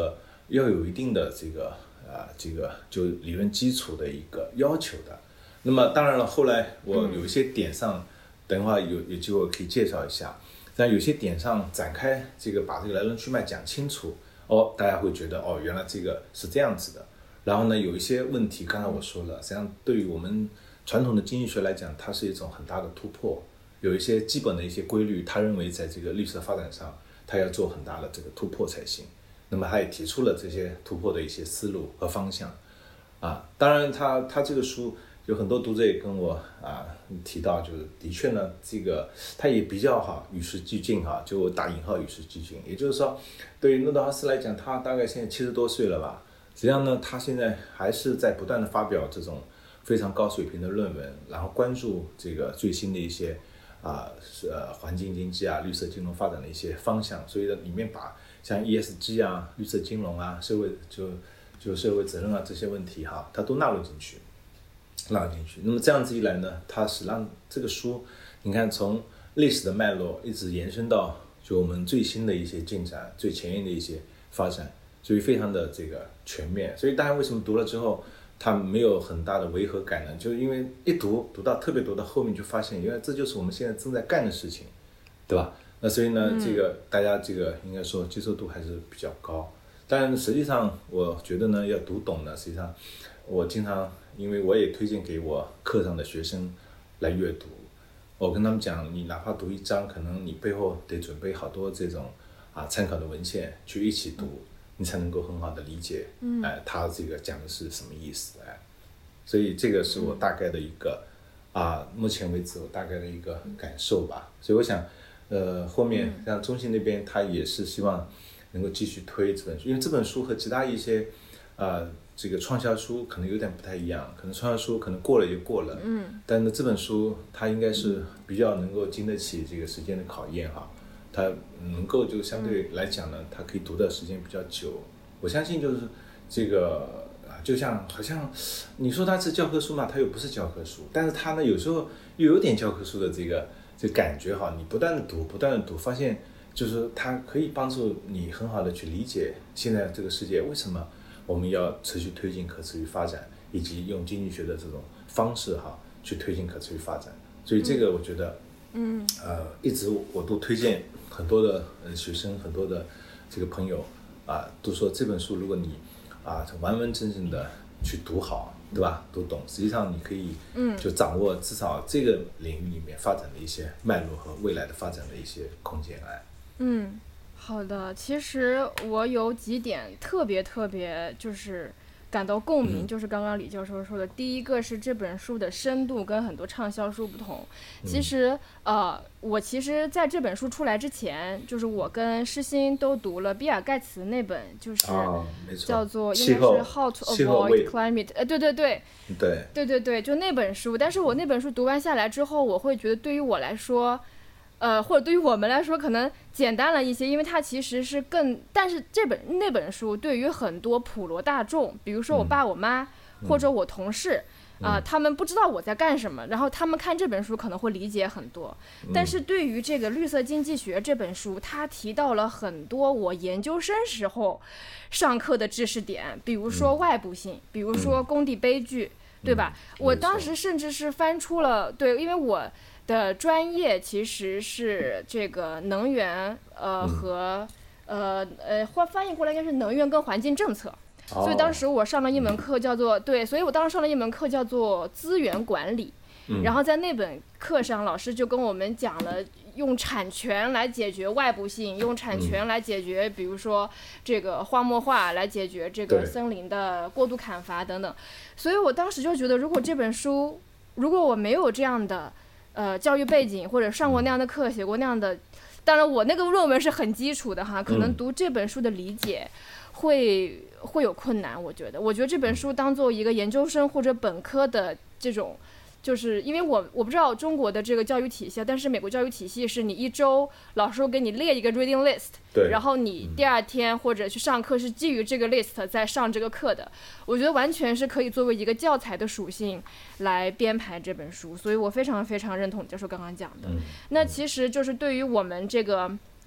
要有一定的这个啊、呃、这个就理论基础的一个要求的。那么当然了，后来我有一些点上，嗯、等会儿有有机会可以介绍一下。但有些点上展开这个把这个来龙去脉讲清楚，哦，大家会觉得哦，原来这个是这样子的。然后呢，有一些问题，刚才我说了，实际上对于我们传统的经济学来讲，它是一种很大的突破。有一些基本的一些规律，他认为在这个绿色发展上，他要做很大的这个突破才行。那么他也提出了这些突破的一些思路和方向，啊，当然他他这个书有很多读者也跟我啊提到，就是的确呢，这个他也比较哈与时俱进哈，就打引号与时俱进，也就是说，对于诺德豪斯来讲，他大概现在七十多岁了吧，实际上呢，他现在还是在不断的发表这种非常高水平的论文，然后关注这个最新的一些。啊，是呃环境经济啊、绿色金融发展的一些方向，所以呢，里面把像 E S G 啊、绿色金融啊、社会就就社会责任啊这些问题哈，它都纳入进去，纳入进去。那么这样子一来呢，它是让这个书，你看从历史的脉络一直延伸到就我们最新的一些进展、最前沿的一些发展，所以非常的这个全面。所以大家为什么读了之后？它没有很大的违和感呢，就是因为一读读到特别读到后面就发现，原来这就是我们现在正在干的事情，对吧？那所以呢，嗯、这个大家这个应该说接受度还是比较高。但实际上，我觉得呢，要读懂呢，实际上我经常，因为我也推荐给我课上的学生来阅读。我跟他们讲，你哪怕读一章，可能你背后得准备好多这种啊参考的文献去一起读。你才能够很好的理解，嗯，哎，他这个讲的是什么意思，哎，所以这个是我大概的一个，啊，目前为止我大概的一个感受吧。所以我想，呃，后面像中信那边，他也是希望能够继续推这本书，因为这本书和其他一些，啊，这个畅销书可能有点不太一样，可能畅销书可能过了就过了，嗯，但是这本书它应该是比较能够经得起这个时间的考验哈。它能够就相对来讲呢，它可以读的时间比较久。我相信就是这个啊，就像好像你说它是教科书嘛，它又不是教科书，但是它呢有时候又有点教科书的这个这个感觉哈。你不断的读，不断的读，发现就是它可以帮助你很好的去理解现在这个世界为什么我们要持续推进可持续发展，以及用经济学的这种方式哈去推进可持续发展。所以这个我觉得，嗯，呃，一直我都推荐。很多的呃学生，很多的这个朋友啊，都说这本书如果你啊完完整整的去读好，对吧？读懂，实际上你可以嗯就掌握至少这个领域里面发展的一些脉络和未来的发展的一些空间哎。 嗯，好的。其实我有几点特别特别就是感到共鸣，就是刚刚李教授说的，第一个是这本书的深度跟很多畅销书不同。其实呃，我其实在这本书出来之前，就是我跟诗欣都读了比尔盖茨那本，就是叫做应该是 How to Avoid Climate， 呃，对对对， 对对对对，就那本书。但是我那本书读完下来之后，我会觉得对于我来说。呃，或者对于我们来说可能简单了一些，因为它其实是更，但是这本那本书对于很多普罗大众，比如说我爸我妈、嗯、或者我同事啊、呃嗯，他们不知道我在干什么，然后他们看这本书可能会理解很多。嗯、但是对于这个绿色经济学这本书，它提到了很多我研究生时候上课的知识点，比如说外部性，嗯、比如说工地悲剧，嗯、对吧？嗯、我当时甚至是翻出了，对，因为我。的专业其实是这个能源，呃和呃呃换翻译过来应该是能源跟环境政策，哦、所以当时我上了一门课叫做对，所以我当时上了一门课叫做资源管理，嗯、然后在那本课上，老师就跟我们讲了用产权来解决外部性，用产权来解决，比如说这个荒漠化，来解决这个森林的过度砍伐等等，所以我当时就觉得，如果这本书，如果我没有这样的。呃，教育背景或者上过那样的课，写过那样的，当然我那个论文是很基础的哈，可能读这本书的理解会会有困难，我觉得，我觉得这本书当做一个研究生或者本科的这种。就是因为我我不知道中国的这个教育体系，但是美国教育体系是你一周老师会给你列一个 reading list， 对， 然后你第二天或者去上课是基于这个 list 在上这个课的。我觉得完全是可以作为一个教材的属性来编排这本书，所以我非常非常认同教授刚刚讲的。嗯、那其实就是对于我们这个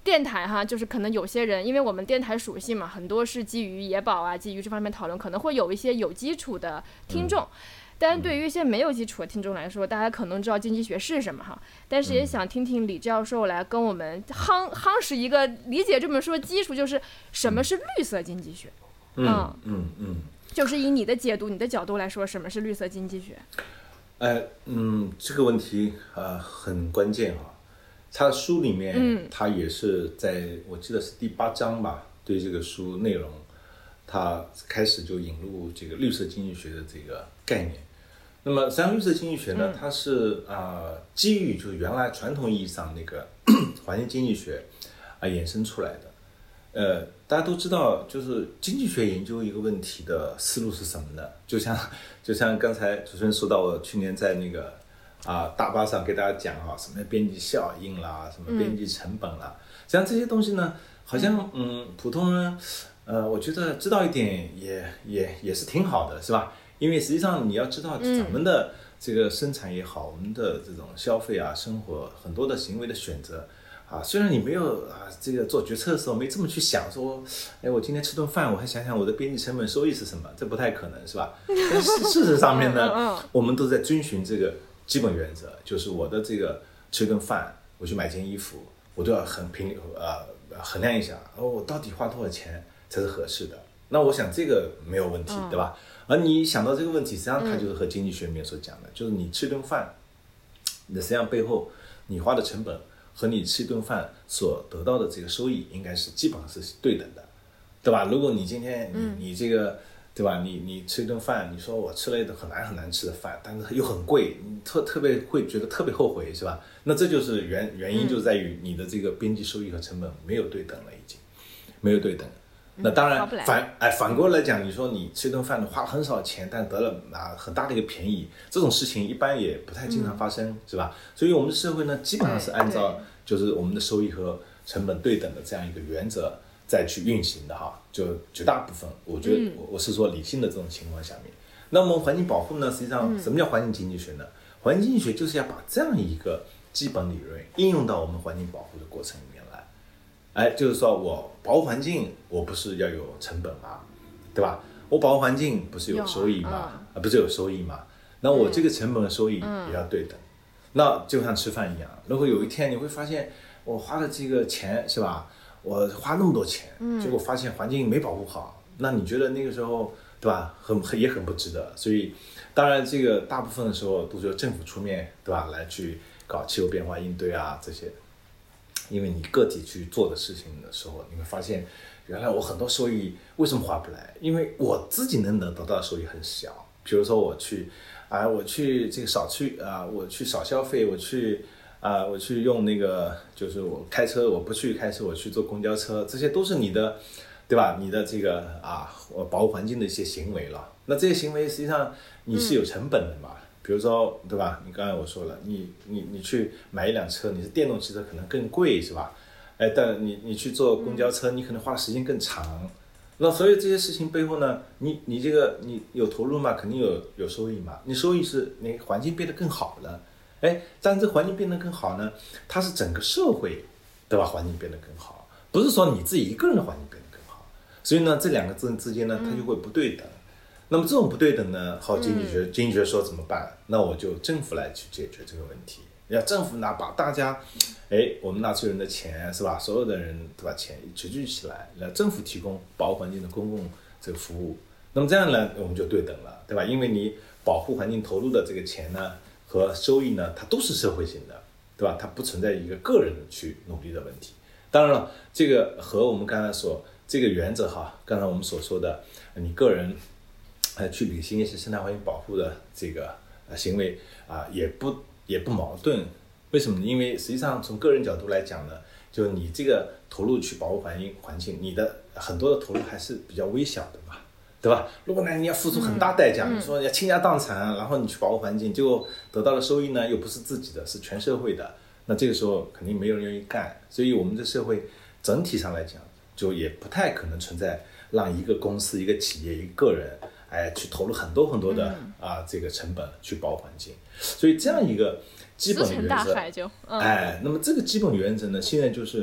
电台哈，就是可能有些人，因为我们电台属性嘛，很多是基于野保啊，基于这方面讨论，可能会有一些有基础的听众。嗯，但对于一些没有基础的听众来说，大家可能知道经济学是什么哈，但是也想听听李教授来跟我们夯夯实一个理解这本书的基础，就是什么是绿色经济学。 嗯嗯嗯， 就是以你的解读、你的角度来说，什么是绿色经济学？ 呃嗯，这个问题呃很关键哈。他的书里面，嗯，他也是在我记得是第八章吧，对这个书内容，他开始就引入这个绿色经济学的这个概念。那么实际上绿色经济学呢，它是啊、呃、基于就是原来传统意义上那个环境经济学啊、呃、衍生出来的。呃，大家都知道，就是经济学研究一个问题的思路是什么呢？就像就像刚才主持人说到，我去年在那个啊、呃、大巴上给大家讲啊，什么边际效应啦，什么边际成本啦，实际上这些东西呢，好像嗯普通人呃我觉得知道一点也也也是挺好的，是吧？因为实际上你要知道咱们的这个生产也好，我们的这种消费啊、生活很多的行为的选择啊，虽然你没有啊这个做决策的时候没这么去想说，哎，我今天吃顿饭，我还想想我的边际成本收益是什么，这不太可能，是吧？但是事实上面呢，我们都在遵循这个基本原则，就是我的这个吃顿饭，我去买件衣服，我都要很平呃衡量一下，哦，我到底花多少钱才是合适的。那我想这个没有问题，对吧？而你想到这个问题，实际上它就是和经济学里面所讲的，就是你吃顿饭，你实际上背后你花的成本和你吃一顿饭所得到的这个收益应该是基本上是对等的，对吧？如果你今天你你这个对吧，你你吃一顿饭，你说我吃了一顿很难很难吃的饭，但是又很贵，你特特别会觉得特别后悔，是吧？那这就是原原因就在于你的这个边际收益和成本没有对等了，已经没有对等。那当然反哎反过来讲，你说你吃一顿饭花了很少钱，但得了啊很大的一个便宜，这种事情一般也不太经常发生，嗯、是吧？所以我们的社会呢，基本上是按照就是我们的收益和成本对等的这样一个原则再去运行的哈。就绝大部分，我觉得我是说理性的这种情况下面，嗯、那么环境保护呢，实际上什么叫环境经济学呢？环境经济学就是要把这样一个基本理论应用到我们环境保护的过程里面来。哎，就是说我保护环境，我不是要有成本吗？对吧？我保护环境不是有收益吗？啊、嗯，不是有收益吗？那我这个成本的收益也要对等。嗯、那就像吃饭一样，如果有一天你会发现，我花的这个钱是吧？我花那么多钱，结果发现环境没保护好，嗯、那你觉得那个时候对吧？很很也很不值得。所以，当然这个大部分的时候都是由政府出面，对吧？来去搞气候变化应对啊这些。因为你个体去做的事情的时候，你会发现，原来我很多收益为什么划不来？因为我自己能得到的收益很小。比如说我去，啊、呃，我去这个少去啊、呃，我去少消费，我去啊、呃，我去用那个，就是我开车，我不去开车，我去坐公交车，这些都是你的，对吧？你的这个啊，我保护环境的一些行为了。那这些行为实际上你是有成本的嘛？嗯比如说，对吧？你刚才我说了，你你你去买一辆车，你是电动汽车可能更贵，是吧？哎，但你你去坐公交车，你可能花的时间更长。那所以这些事情背后呢，你你这个你有投入嘛，肯定有有收益嘛。你收益是你环境变得更好了，哎，但这环境变得更好呢，它是整个社会，对吧？环境变得更好，不是说你自己一个人的环境变得更好。所以呢，这两个字之间呢，它就会不对等。那么这种不对等呢，好，经济学、嗯、经济学说怎么办？那我就政府来去解决这个问题。要政府拿把大家，哎，我们纳税人的钱是吧？所有的人对吧？钱集聚起来，让政府提供保护环境的公共这个服务。那么这样呢，我们就对等了，对吧？因为你保护环境投入的这个钱呢和收益呢，它都是社会性的，对吧？它不存在一个个人去努力的问题。当然了，这个和我们刚才说这个原则哈，刚才我们所说的，你个人。呃，去履行一些生态环境保护的这个呃行为啊、呃，也不也不矛盾。为什么呢？因为实际上从个人角度来讲呢，就你这个投入去保护环境环境，你的很多的投入还是比较微小的嘛，对吧？如果呢你要付出很大代价，嗯、你说要倾家荡产，然后你去保护环境，结果得到的收益呢又不是自己的，是全社会的，那这个时候肯定没有人愿意干。所以我们的社会整体上来讲，就也不太可能存在让一个公司、一个企业、一个个人。哎，去投入很多很多的、嗯、啊这个成本去保护环境，所以这样一个基本原则， 就嗯、 哎，那么这个基本原则呢，现在就是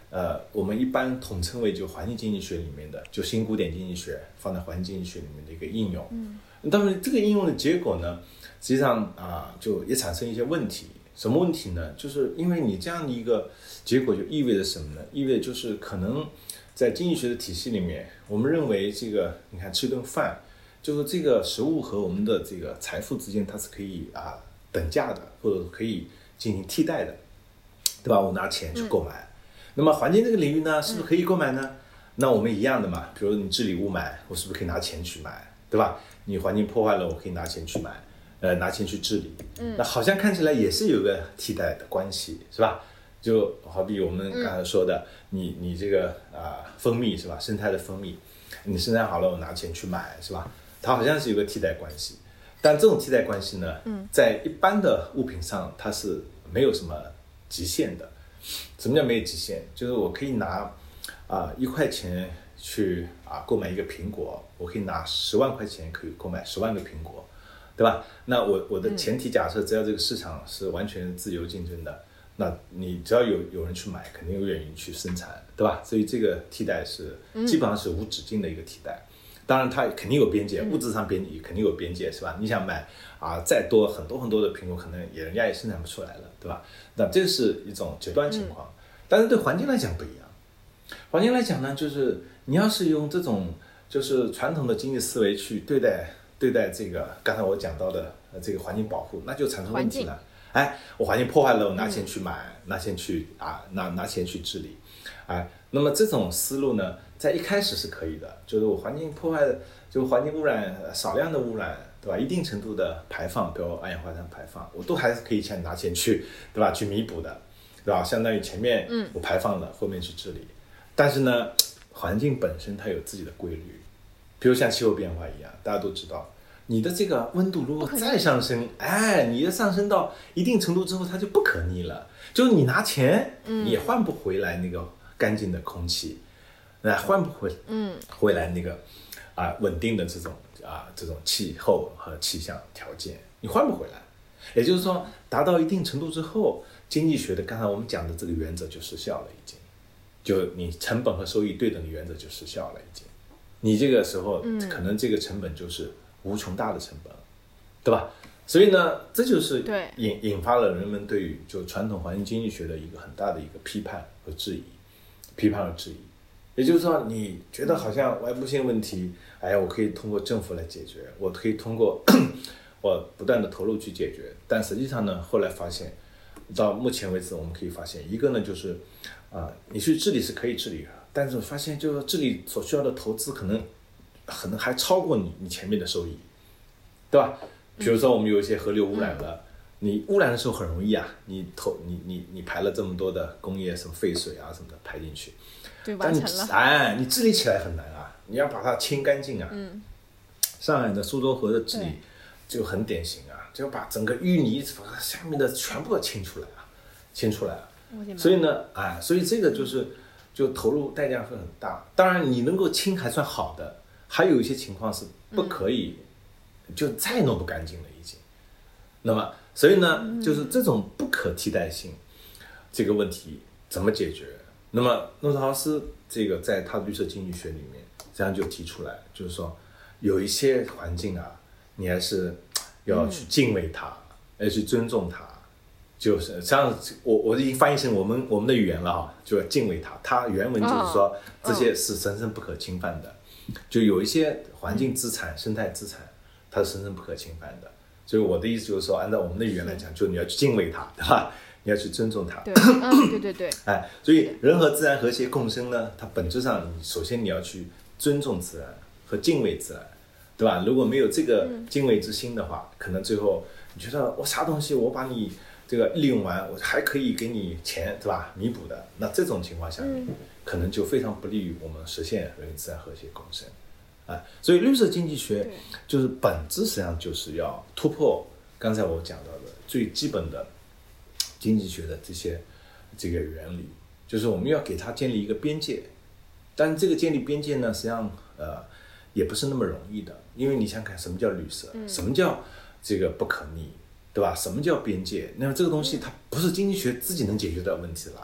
呃，我们一般统称为就环境经济学里面的，就新古典经济学放在环境经济学里面的一个应用。嗯，当然这个应用的结果呢，实际上啊、呃，就也产生一些问题。什么问题呢？就是因为你这样的一个结果，就意味着什么呢？意味着就是可能在经济学的体系里面，我们认为这个，你看吃一顿饭，就是这个食物和我们的这个财富之间，它是可以啊等价的，或者可以进行替代的，对吧？我拿钱去购买。嗯、那么环境这个领域呢，是不是可以购买呢？嗯、那我们一样的嘛，比如你治理雾霾，我是不是可以拿钱去买，对吧？你环境破坏了，我可以拿钱去买。呃，拿钱去治理，嗯，那好像看起来也是有个替代的关系，是吧？就好比我们刚才说的，嗯、你你这个啊、呃、蜂蜜是吧？生态的蜂蜜，你生产好了，我拿钱去买，是吧？它好像是有个替代关系，但这种替代关系呢，嗯、在一般的物品上它是没有什么极限的。什么叫没有极限？就是我可以拿啊一块钱去啊购买一个苹果，我可以拿十万块钱可以购买十万个苹果。对吧？那我我的前提假设，只要这个市场是完全自由竞争的，嗯、那你只要有有人去买，肯定有愿意去生产，对吧？所以这个替代是基本上是无止境的一个替代。嗯、当然它肯定有边界，物质上边界肯定有边界，是吧？你想买啊再多很多很多的苹果，可能也人家也生产不出来了，对吧？那这是一种极端情况。嗯、但是对环境来讲不一样，环境来讲呢，就是你要是用这种就是传统的经济思维去对待。对待这个刚才我讲到的这个环境保护，那就产生问题了。哎，我环境破坏了，我拿钱去买，嗯、拿钱去啊，拿拿钱去治理，哎，那么这种思路呢，在一开始是可以的，就是我环境破坏，就环境污染少量的污染，对吧？一定程度的排放，比如二氧化碳排放，我都还是可以钱拿钱去，对吧？去弥补的，对吧？相当于前面我排放了，嗯、后面去治理。但是呢，环境本身它有自己的规律。比如像气候变化一样，大家都知道，你的这个温度如果再上升，哎，你的上升到一定程度之后，它就不可逆了。就是你拿钱，你也换不回来那个干净的空气，那、嗯、换不回，嗯，回来那个啊稳定的这种啊这种气候和气象条件，你换不回来。也就是说，达到一定程度之后，经济学的刚才我们讲的这个原则就失效了，已经，就你成本和收益对等的原则就失效了，已经。你这个时候可能这个成本就是无穷大的成本，嗯、对吧？所以呢，这就是引引发了人们对于就传统环境经济学的一个很大的一个批判和质疑，批判和质疑。也就是说，你觉得好像外部性问题，哎，我可以通过政府来解决，我可以通过我不断的投入去解决，但实际上呢，后来发现，到目前为止，我们可以发现，一个呢就是，啊、呃，你去治理是可以治理的。但是发现，就是治理所需要的投资可能，可能还超过你你前面的收益，对吧？比如说我们有一些河流污染了，嗯、你污染的时候很容易啊，你投你你你排了这么多的工业什么废水啊什么的排进去， 对，完成了。 哎，你治理起来很难啊，你要把它清干净啊。嗯。上海的苏州河的治理就很典型啊，就把整个淤泥把它下面的全部要清出来啊，清出来啊。所以呢，哎，所以这个就是。就投入代价会很大，当然你能够清还算好的，还有一些情况是不可以，嗯、就再弄不干净了已经。那么，所以呢，嗯、就是这种不可替代性这个问题怎么解决？那么诺特豪斯这个在他的绿色经济学里面，这样就提出来，就是说有一些环境啊，你还是要去敬畏它，嗯、要去尊重它。就是这样，我我已经翻译成我们我们的语言了啊，就要敬畏它。它原文就是说这些是神圣不可侵犯的，就有一些环境资产、生态资产，它是神圣不可侵犯的。所以我的意思就是说，按照我们的语言来讲，就你要去敬畏它，对吧？你要去尊重它。 对，嗯，对对对。 哎，所以人和自然和谐共生呢，它本质上，首先你要去尊重自然和敬畏自然，对吧？如果没有这个敬畏之心的话，可能最后你觉得我啥东西我把你这个利用完，我还可以给你钱，对吧？弥补的，那这种情况下面，可能就非常不利于我们实现人与自然和谐共生，啊，所以绿色经济学就是本质实际上就是要突破刚才我讲到的最基本的经济学的这些这个原理，就是我们要给它建立一个边界，但这个建立边界呢，实际上呃也不是那么容易的，因为你想看什么叫绿色，什么叫这个不可逆。对吧？什么叫边界？那么这个东西它不是经济学自己能解决的问题了，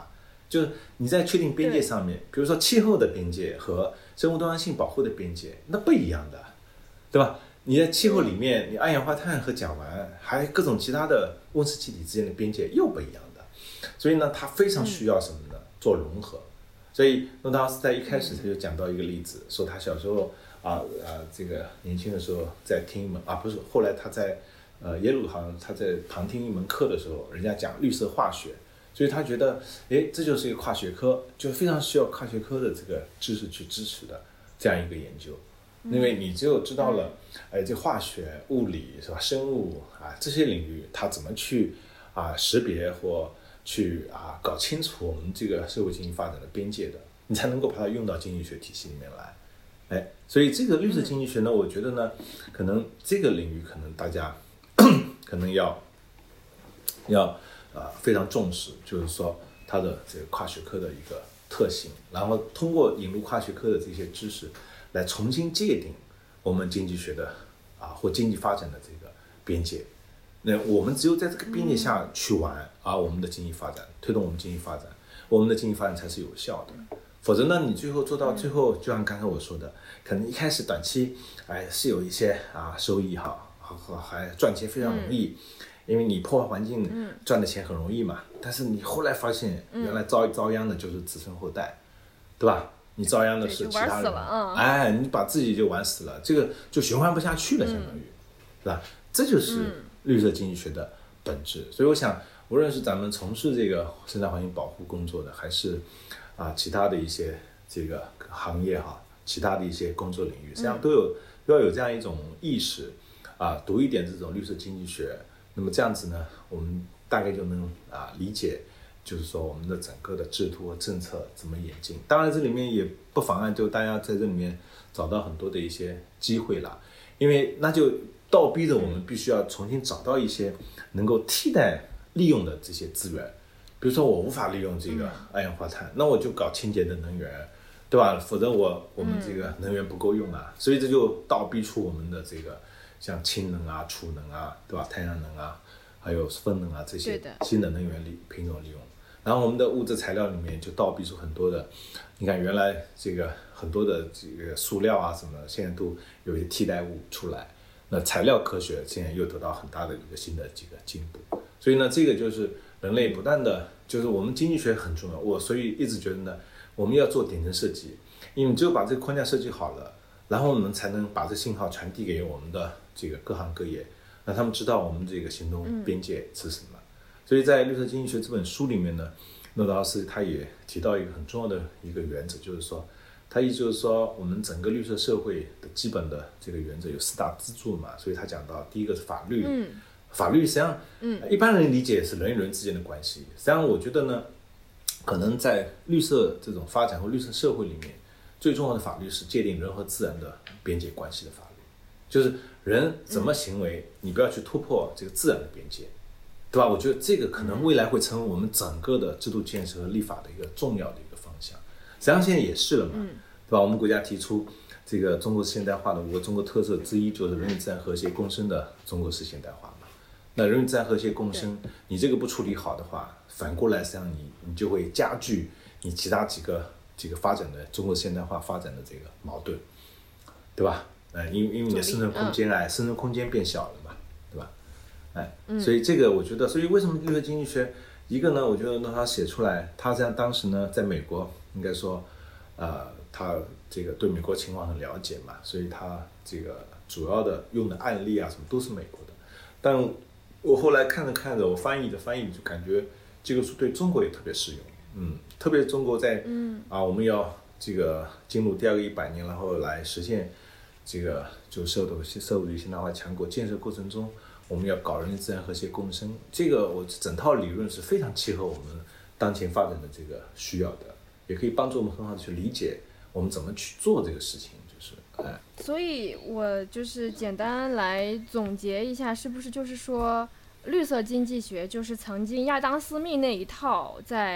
就是你在确定边界上面，比如说气候的边界和生物多样性保护的边界，那不一样的，对吧？你在气候里面，你二氧化碳和甲烷，还有各种其他的温室气体之间的边界又不一样的，所以呢，它非常需要什么呢？做融合。所以诺达斯在一开始他就讲到一个例子，说他小时候啊啊这个年轻的时候在听一门啊不是，后来他在呃耶鲁好像他在旁听一门课的时候，人家讲绿色化学，所以他觉得哎这就是一个跨学科，就非常需要跨学科的这个知识去支持的这样一个研究。因为你只有知道了，哎，这化学、物理是吧，生物啊这些领域，它怎么去啊识别或去啊搞清楚我们这个社会经济发展的边界的，你才能够把它用到经济学体系里面来。哎，所以这个绿色经济学呢，我觉得呢，可能这个领域可能大家可能要要啊非常重视，就是说它的这个跨学科的一个特性，然后通过引入跨学科的这些知识。来重新界定我们经济学的啊或经济发展的这个边界，那我们只有在这个边界下去玩啊，我们的经济发展推动我们经济发展，我们的经济发展才是有效的。否则呢，你最后做到最后，就像刚才我说的，可能一开始短期哎是有一些啊收益哈，和还赚钱非常容易，因为你破坏环境赚的钱很容易嘛。但是你后来发现，原来遭遭殃的就是子孙后代，对吧？你遭殃的是其他人， 嗯、 哎，你把自己就玩死了，这个就循环不下去了，相当于，是吧？这就是绿色经济学的本质。所以我想，无论是咱们从事这个生态环境保护工作的，还是啊其他的一些这个行业哈，其他的一些工作领域，实际上都有都要有这样一种意识啊，读一点这种绿色经济学，那么这样子呢，我们大概就能啊理解。就是说，我们的整个的制度和政策怎么演进？当然，这里面也不妨碍就大家在这里面找到很多的一些机会了，因为那就倒逼着我们必须要重新找到一些能够替代利用的这些资源。比如说，我无法利用这个二氧化碳，那我就搞清洁的能源，对吧？否则我我们这个能源不够用啊，所以这就倒逼出我们的这个像氢能啊、储能啊，对吧？太阳能啊，还有风能啊这些新的能源利品种利用。然后我们的物质材料里面就倒逼出很多的，你看原来这个很多的这个塑料啊什么的，现在都有一些替代物出来。那材料科学现在又得到很大的一个新的这个进步。所以呢，这个就是人类不断的，就是我们经济学很重要。我所以一直觉得呢，我们要做点阵设计，因为只有把这个框架设计好了，然后我们才能把这信号传递给我们的这个各行各业，让他们知道我们这个行动边界是什么。所以在《绿色经济学》这本书里面呢，诺德劳斯他也提到一个很重要的一个原则，就是说，他意思就是说，我们整个绿色社会的基本的这个原则有四大支柱嘛。所以他讲到，第一个是法律， 嗯、 法律实际上，嗯，一般人理解是人与人之间的关系。实际上，我觉得呢，可能在绿色这种发展或绿色社会里面，最重要的法律是界定人和自然的边界关系的法律，就是人怎么行为，你不要去突破这个自然的边界。对吧？我觉得这个可能未来会成为我们整个的制度建设和立法的一个重要的一个方向。实际上现在也是了嘛，嗯、对吧？我们国家提出这个中国现代化的五个中国特色之一，就是人与自然和谐共生的中国式现代化嘛。那人与自然和谐共生，你这个不处理好的话，反过来实际上你你就会加剧你其他几个这个发展的中国现代化发展的这个矛盾，对吧？呃，因为因为你的生存空间哎，生存空间变小了嘛。哎，所以这个我觉得，所以为什么绿色经济学，一个呢，我觉得呢，他写出来，他在当时呢，在美国，应该说，呃，他这个对美国情况很了解嘛，所以他这个主要的用的案例啊，什么都是美国的。但我后来看着看着，我翻译的翻译就感觉这个书对中国也特别适用，嗯，特别中国在，嗯啊，我们要这个进入第二个一百年，然后来实现这个就社会社会主义现代化强国建设过程中。我们要搞人与自然和谐共生，这个我整套理论是非常契合我们当前发展的这个需要的，也可以帮助我们很好的去理解我们怎么去做这个事情，就是哎。 所以我就是简单来总结一下，是不是就是说，绿色经济学就是曾经亚当·斯密那一套在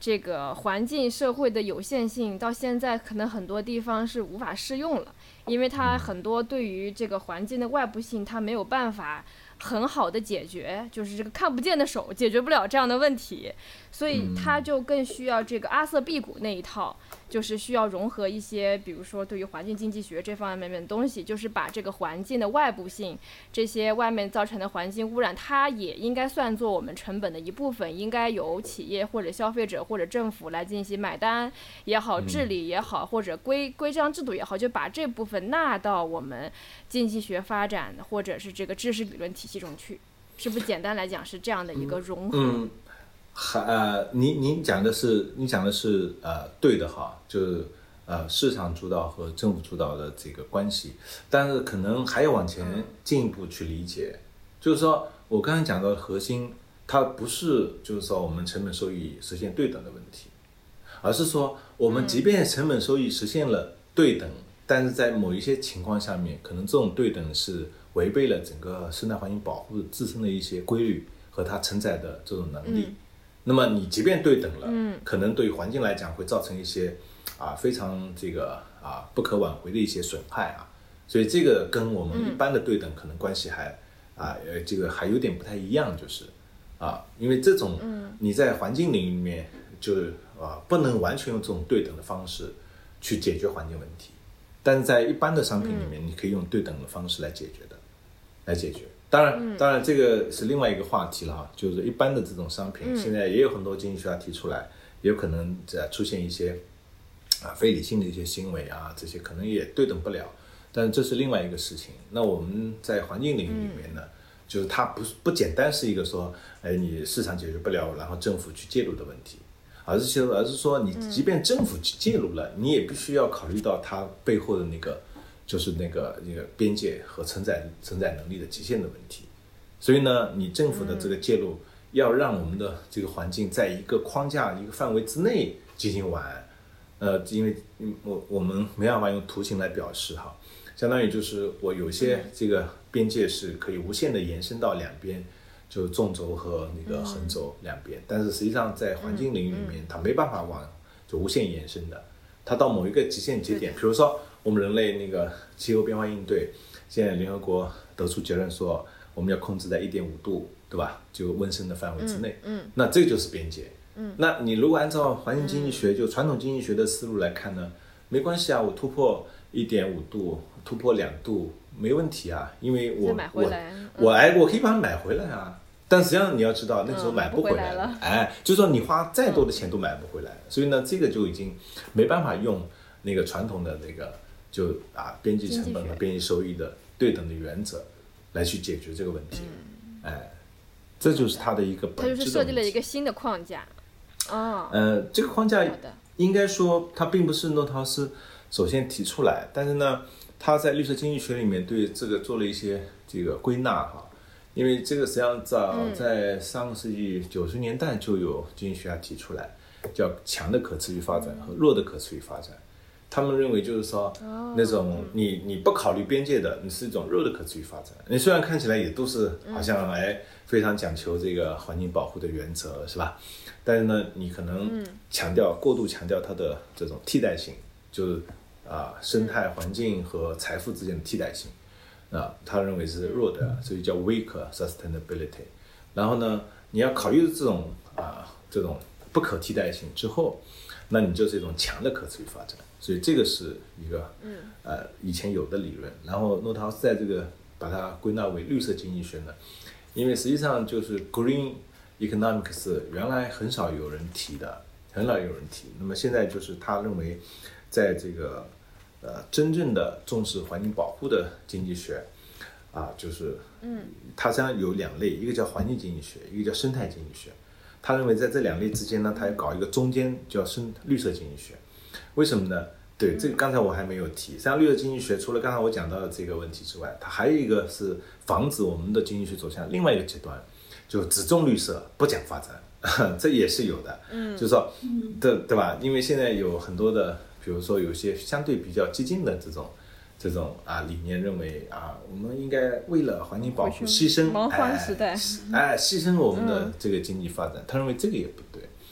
这个环境社会的有限性到现在可能很多地方是无法适用了，因为它很多对于这个环境的外部性它没有办法很好的解决，就是这个看不见的手解决不了这样的问题，所以它就更需要这个阿瑟辟谷那一套，就是需要融合一些比如说对于环境经济学这方面的东西，就是把这个环境的外部性，这些外面造成的环境污染它也应该算作我们成本的一部分，应该由企业或者消费者或者政府来进行买单也好，治理也好，或者规规章制度也好，就把这部分纳到我们经济学发展或者是这个知识理论体系中去，是不是简单来讲是这样的一个融合？ 嗯，还、嗯、呃，您您讲的是您讲的是呃对的哈，就是呃市场主导和政府主导的这个关系，但是可能还要往前进一步去理解，就是说我刚才讲到的核心，它不是就是说我们成本收益实现对等的问题，而是说我们即便成本收益实现了对等，嗯、但是在某一些情况下面，可能这种对等是违背了整个生态环境保护自身的一些规律和它承载的这种能力。嗯、那么你即便对等了，嗯、可能对环境来讲会造成一些啊非常这个啊不可挽回的一些损害啊。所以这个跟我们一般的对等可能关系还、嗯、啊呃这个还有点不太一样，就是啊因为这种你在环境领域里面就是啊不能完全用这种对等的方式去解决环境问题，但是在一般的商品里面，你可以用对等的方式来解决的。来解决，当然，当然这个是另外一个话题了哈。就是一般的这种商品，现在也有很多经济学家提出来，也有可能在出现一些啊非理性的一些行为啊，这些可能也对等不了。但这是另外一个事情。那我们在环境领域里面呢，就是它不是不简单是一个说，哎，你市场解决不了，然后政府去介入的问题，而是说，而是说你即便政府去介入了，你也必须要考虑到它背后的那个。就是那个那个边界和承载承载能力的极限的问题，所以呢，你政府的这个介入要让我们的这个环境在一个框架、一个范围之内进行完，呃，因为我我们没办法用图形来表示哈，相当于就是我有些这个边界是可以无限的延伸到两边，就纵轴和那个横轴两边，但是实际上在环境领域里面，它没办法往就无限延伸的，它到某一个极限节点，比如说。我们人类那个气候变化应对，现在联合国得出结论说，我们要控制在 一点五度，对吧？就温升的范围之内。嗯，嗯那这个就是边界。嗯，那你如果按照环境经济学，就传统经济学的思路来看呢，没关系啊，我突破 一点五度，突破两度没问题啊，因为我我我哎，我可以把它买回来啊。但实际上你要知道，那个时候买不回来了。嗯、哎，就是说你花再多的钱都买不回来，嗯、所以呢，这个就已经没办法用那个传统的那个。就啊，边际成本和边际收益的对等的原则来去解决这个问题，嗯、哎，这就是它的一个本质的问题。它就是设计了一个新的框架，哦， 呃，这个框架应该说它并不是诺陶斯首先提出来，但是呢，他在绿色经济学里面对这个做了一些这个归纳哈，因为这个实际上早在上个世纪九十年代就有经济学家提出来，叫强的可持续发展和弱的可持续发展。他们认为就是说，那种你你不考虑边界的，你是一种弱的可持续发展。你虽然看起来也都是好像哎非常讲求这个环境保护的原则，是吧？但是呢，你可能强调过度强调它的这种替代性，就是啊生态环境和财富之间的替代性啊，他认为是弱的，所以叫 weak sustainability。然后呢，你要考虑这种啊这种不可替代性之后，那你就是一种强的可持续发展。所以这个是一个呃以前有的理论，然后诺陶斯在这个把它归纳为绿色经济学呢，因为实际上就是 green economics 原来很少有人提的，很少有人提。那么现在就是他认为，在这个呃真正的重视环境保护的经济学啊，就是嗯，它实际上有两类，一个叫环境经济学，一个叫生态经济学。他认为在这两类之间呢，他要搞一个中间叫生绿色经济学。为什么呢？对，这个刚才我还没有提。实际上，绿色经济学除了刚才我讲到的这个问题之外，它还有一个是防止我们的经济学走向另外一个极端，就只重绿色不讲发展，这也是有的。嗯，就是说，对对吧？因为现在有很多的，比如说有些相对比较激进的这种这种啊理念，认为啊，我们应该为了环境保护牺牲， 蛮荒时代， 哎，牺牲我们的这个经济发展。他认为这个也不对。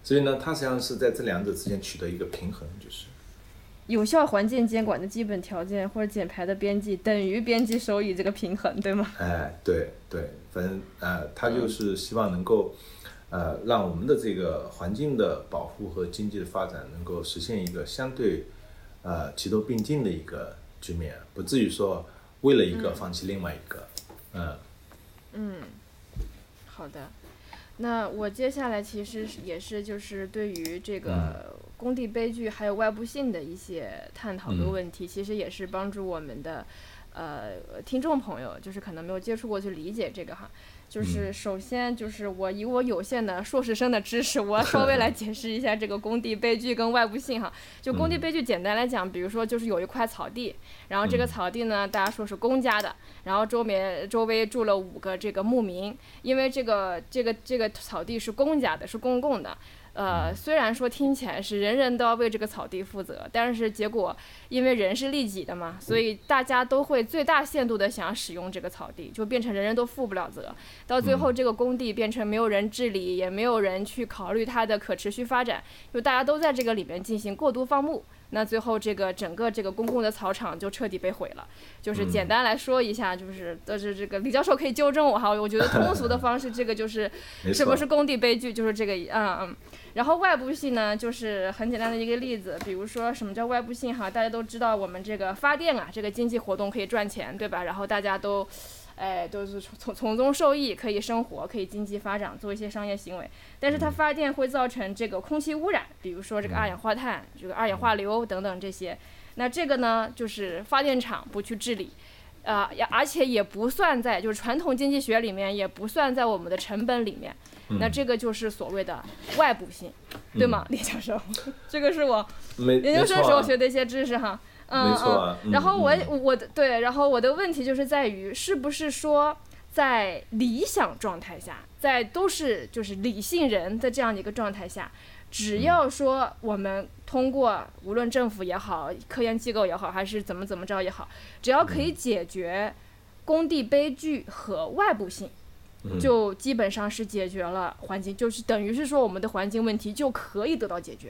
所以呢，它实际上是在这两者之间取得一个平衡，就是有效环境监管的基本条件或者减排的边际等于边际收益这个平衡，对吗？ 哎，对对，反正呃，它就是希望能够。呃，让我们的这个环境的保护和经济的发展能够实现一个相对，呃，齐头并进的一个局面，不至于说为了一个放弃另外一个。嗯。 嗯，好的。那我接下来其实也是就是对于这个工地悲剧还有外部性的一些探讨的问题，嗯、其实也是帮助我们的呃听众朋友，就是可能没有接触过去理解这个哈。就是首先就是我以我有限的硕士生的知识，我稍微来解释一下这个工地悲剧跟外部性哈。就工地悲剧简单来讲，比如说就是有一块草地，然后这个草地呢大家说是公家的，然后周边周围住了五个这个牧民，因为这个这个这个草地是公家的，是公共的。呃，虽然说听起来是人人都要为这个草地负责，但是结果因为人是利己的嘛，所以大家都会最大限度的想要使用这个草地，就变成人人都负不了责，到最后这个工地变成没有人治理，也没有人去考虑它的可持续发展，就大家都在这个里面进行过度放牧，那最后这个整个这个公共的草场就彻底被毁了。就是简单来说一下，就是都是这个李教授可以纠正我哈，我觉得通俗的方式，这个就是什么是工地悲剧，就是这个嗯嗯。然后外部性呢，就是很简单的一个例子，比如说什么叫外部性哈，大家都知道我们这个发电啊，这个经济活动可以赚钱，对吧？然后大家都，哎，都是从从中受益，可以生活，可以经济发展，做一些商业行为。但是它发电会造成这个空气污染，比如说这个二氧化碳、这个二氧化硫等等这些。那这个呢，就是发电厂不去治理。呃，而且也不算在就是传统经济学里面，也不算在我们的成本里面。嗯、那这个就是所谓的外部性，嗯、对吗，李教授？这个是我研究生时候学的一些知识哈。嗯、 没错啊。 嗯。然后我、嗯、我的对，然后我的问题就是在于，是不是说在理想状态下，在都是就是理性人的这样的一个状态下，只要说我们通过无论政府也好，科研机构也好，还是怎么怎么着也好，只要可以解决工地悲剧和外部性，就基本上是解决了环境，就是等于是说我们的环境问题就可以得到解决。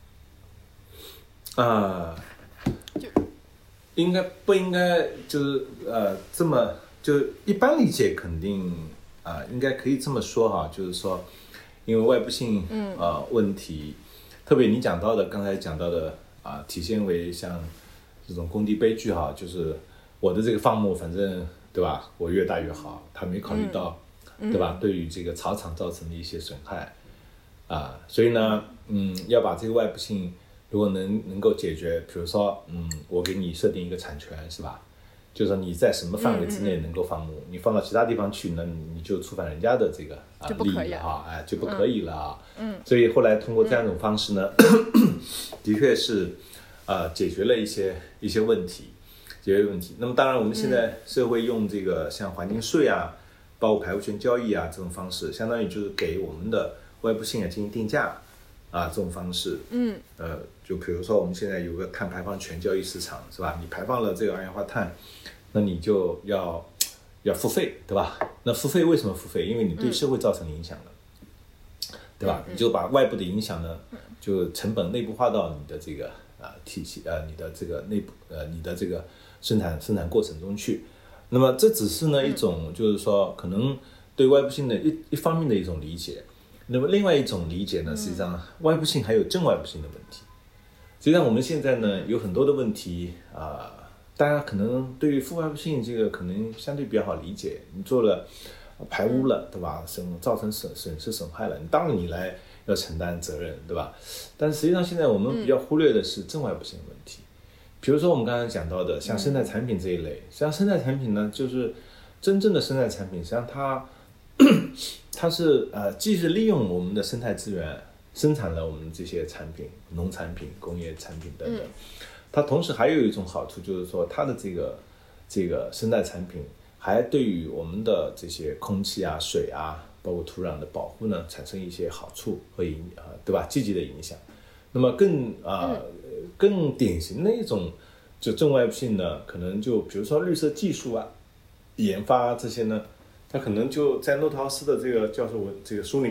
啊、呃，就应该不应该就是呃这么就一般理解肯定啊、呃、应该可以这么说哈，就是说。因为外部性呃问题，特别你讲到的刚才讲到的啊、呃，体现为像这种工地悲剧哈，就是我的这个放牧，反正对吧，我越大越好，他没考虑到、嗯、对吧，对于这个草场造成的一些损害啊、呃，所以呢，嗯，要把这个外部性如果能能够解决，比如说嗯，我给你设定一个产权是吧？就是说你在什么范围之内能够放牧，嗯嗯你放到其他地方去，那你就触犯人家的这个啊利益了啊，哎就不可以了啊。嗯，所以后来通过这样一种方式呢，嗯、的确是啊、呃、解决了一些一些问题，解决问题。那么当然我们现在社会用这个像环境税啊，包括排污权交易啊这种方式，相当于就是给我们的外部性啊进行定价啊这种方式。嗯，呃，就比如说我们现在有个碳排放权交易市场是吧？你排放了这个二氧化碳。那你就要要付费，对吧？那付费为什么付费？因为你对社会造成影响了，嗯、对吧？你就把外部的影响呢，就成本内部化到你的这个啊、呃、体系呃你的这个内部呃你的这个生产生产过程中去。那么这只是呢一种就是说可能对外部性的一一方面的一种理解。那么另外一种理解呢，实际上外部性还有正外部性的问题。实际上我们现在呢有很多的问题啊。呃大家可能对于负外部性这个可能相对比较好理解，你做了排污了，对吧？损造成损损失损害了，你当然你来要承担责任，对吧？但是实际上现在我们比较忽略的是正外部性的问题，比如说我们刚才讲到的像生态产品这一类，实际上生态产品呢，就是真正的生态产品，实际上它它是呃既是利用我们的生态资源生产了我们这些产品，农产品、工业产品等等。它同时还有一种好处，就是说它的这个这个生态产品还对于我们的这些空气啊、水啊，包括土壤的保护呢，产生一些好处和影啊、呃，对吧？积极的影响。那么更啊、呃、更典型的一种就正外部性呢，可能就比如说绿色技术啊、研发啊这些呢，它可能就在诺特豪斯的这个教授文这个书里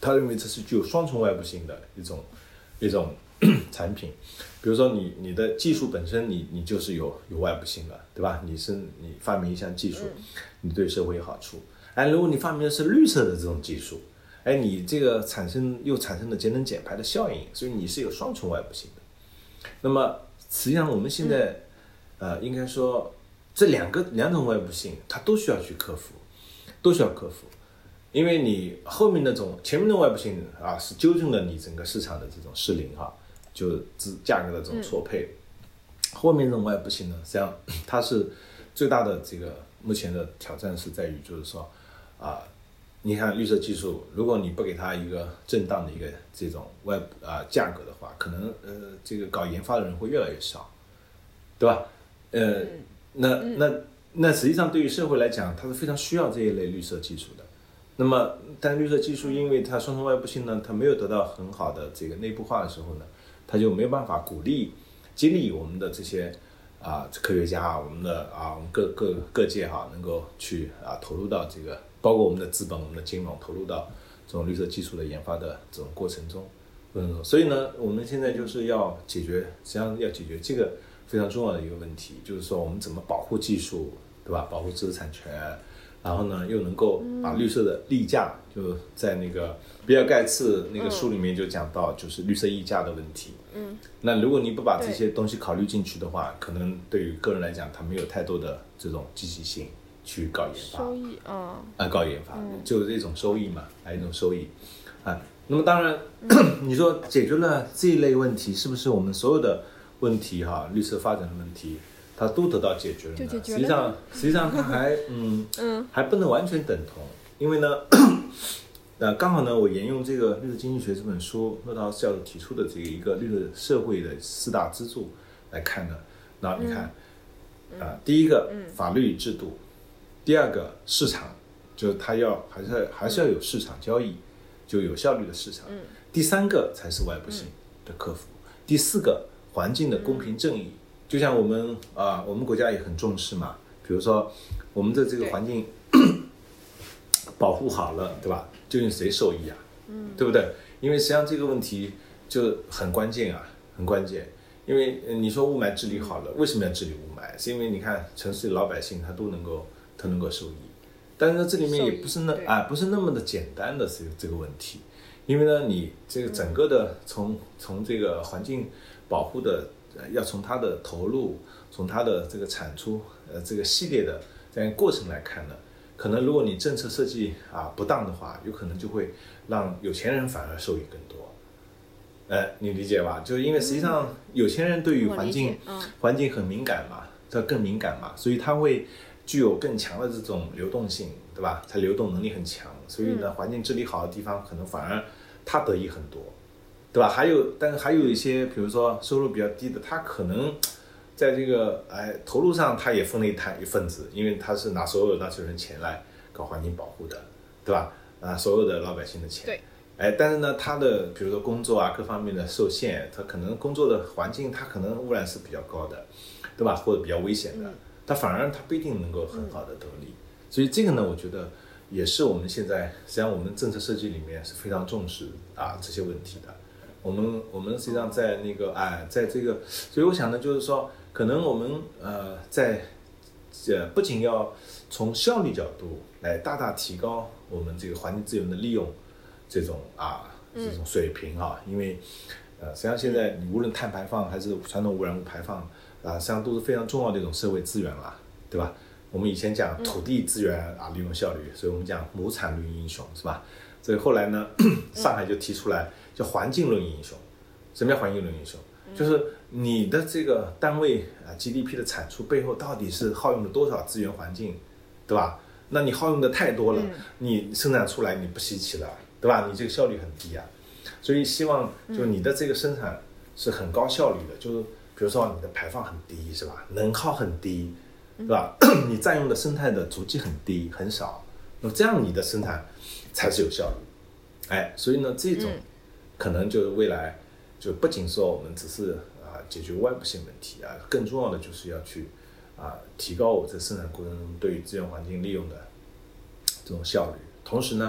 他认为这是具有双重外部性的一种一种产品。比如说你你的技术本身你你就是有有外部性的，对吧？你是你发明一项技术，你对社会有好处。哎，如果你发明的是绿色的这种技术，哎，你这个产生又产生了节能减排的效应，所以你是有双重外部性的。那么实际上我们现在、嗯、呃，应该说这两个两种外部性，它都需要去克服，都需要克服。因为你后面那种前面的外部性啊，是纠正了你整个市场的这种失灵哈，就价格的这种错配。嗯、后面这种外部性呢，实际上它是最大的这个目前的挑战是在于，就是说啊，你看绿色技术，如果你不给它一个正当的一个这种外啊价格的话，可能呃这个搞研发的人会越来越少，对吧？呃，那那那实际上对于社会来讲，它是非常需要这一类绿色技术的。那么，但绿色技术因为它双重外部性呢，它没有得到很好的这个内部化的时候呢，它就没有办法鼓励、激励我们的这些啊科学家、我们的啊我们各各各界哈、啊，能够去啊投入到这个，包括我们的资本、我们的金融投入到这种绿色技术的研发的这种过程中。嗯，所以呢，我们现在就是要解决，实际上要解决这个非常重要的一个问题，就是说我们怎么保护技术，对吧？保护知识产权。然后呢，又能够把绿色的溢价，就在那个比尔盖茨那个书里面就讲到，就是绿色溢价的问题。嗯，那如果你不把这些东西考虑进去的话，可能对于个人来讲，他没有太多的这种积极性去搞研发。 收益啊， 啊，搞研发、嗯、就是一种收益嘛，还有一种收益啊。那么当然，嗯、你说解决了这一类问题，是不是我们所有的问题哈，绿色发展的问题？它都得到解决了呢。 就解决了实际上，实际上它还嗯嗯还不能完全等同，因为呢，呃，刚好呢，我沿用这个《绿色经济学》这本书，乐道教授提出的这个一个绿色社会的四大支柱来看呢，那你看，啊、嗯呃，第一个、嗯、法律制度，第二个市场，就是它要还是还是要有市场交易，就有效率的市场。嗯、第三个才是外部性的克服，嗯、第四个环境的公平正义。嗯就像我们啊、呃，我们国家也很重视嘛。比如说，我们的这个环境保护好了，对吧？究竟谁受益啊？嗯，对不对？因为实际上这个问题就很关键啊，很关键。因为你说雾霾治理好了，为什么要治理雾霾？是因为你看城市的老百姓他都能够他能够受益，但是呢，这里面也不是那啊不是那么的简单的这个这个问题。因为呢，你这个整个的从从这个环境保护的。要从它的投入，从它的这个产出，呃，这个系列的这样一个过程来看呢，可能如果你政策设计啊不当的话，有可能就会让有钱人反而受益更多。呃，你理解吧？就是因为实际上有钱人对于环境、嗯、环境很敏感嘛，它更敏感嘛，所以它会具有更强的这种流动性，对吧？它流动能力很强，所以呢，环境治理好的地方，可能反而它得益很多。对吧？还有，但是还有一些，比如说收入比较低的，他可能在这个哎投入上，他也分了一摊一份子，因为他是拿所有纳税人钱来搞环境保护的，对吧？啊，所有的老百姓的钱。 对。 哎，但是呢，他的比如说工作啊，各方面的受限，他可能工作的环境，他可能污染是比较高的，对吧？或者比较危险的，他反而他不一定能够很好的得利。所以这个呢，我觉得也是我们现在实际上我们政策设计里面是非常重视啊这些问题的。我们我们实际上在那个哎，在这个，所以我想呢，就是说，可能我们呃在呃不仅要从效率角度来大大提高我们这个环境资源的利用这种啊这种水平啊，因为呃实际上现在你无论碳排放还是传统污染物排放啊，实际上都是非常重要的一种社会资源了，对吧？我们以前讲土地资源啊利用效率，所以我们讲亩产论英雄，是吧？所以后来呢，上海就提出来。叫环境论英雄，什么叫环境论英雄？就是你的这个单位啊 G D P 的产出背后到底是耗用了多少资源环境，对吧？那你耗用的太多了，你生产出来你不稀奇了，对吧？你这个效率很低啊，所以希望就你的这个生产是很高效率的，就是比如说你的排放很低，是吧？能耗很低，对吧？你占用的生态的足迹很低很少，那么这样你的生产才是有效率。哎，所以呢，这种。可能就是未来，就不仅说我们只是啊解决外部性问题啊，更重要的就是要去啊提高我这生产过程中对于资源环境利用的这种效率。同时呢，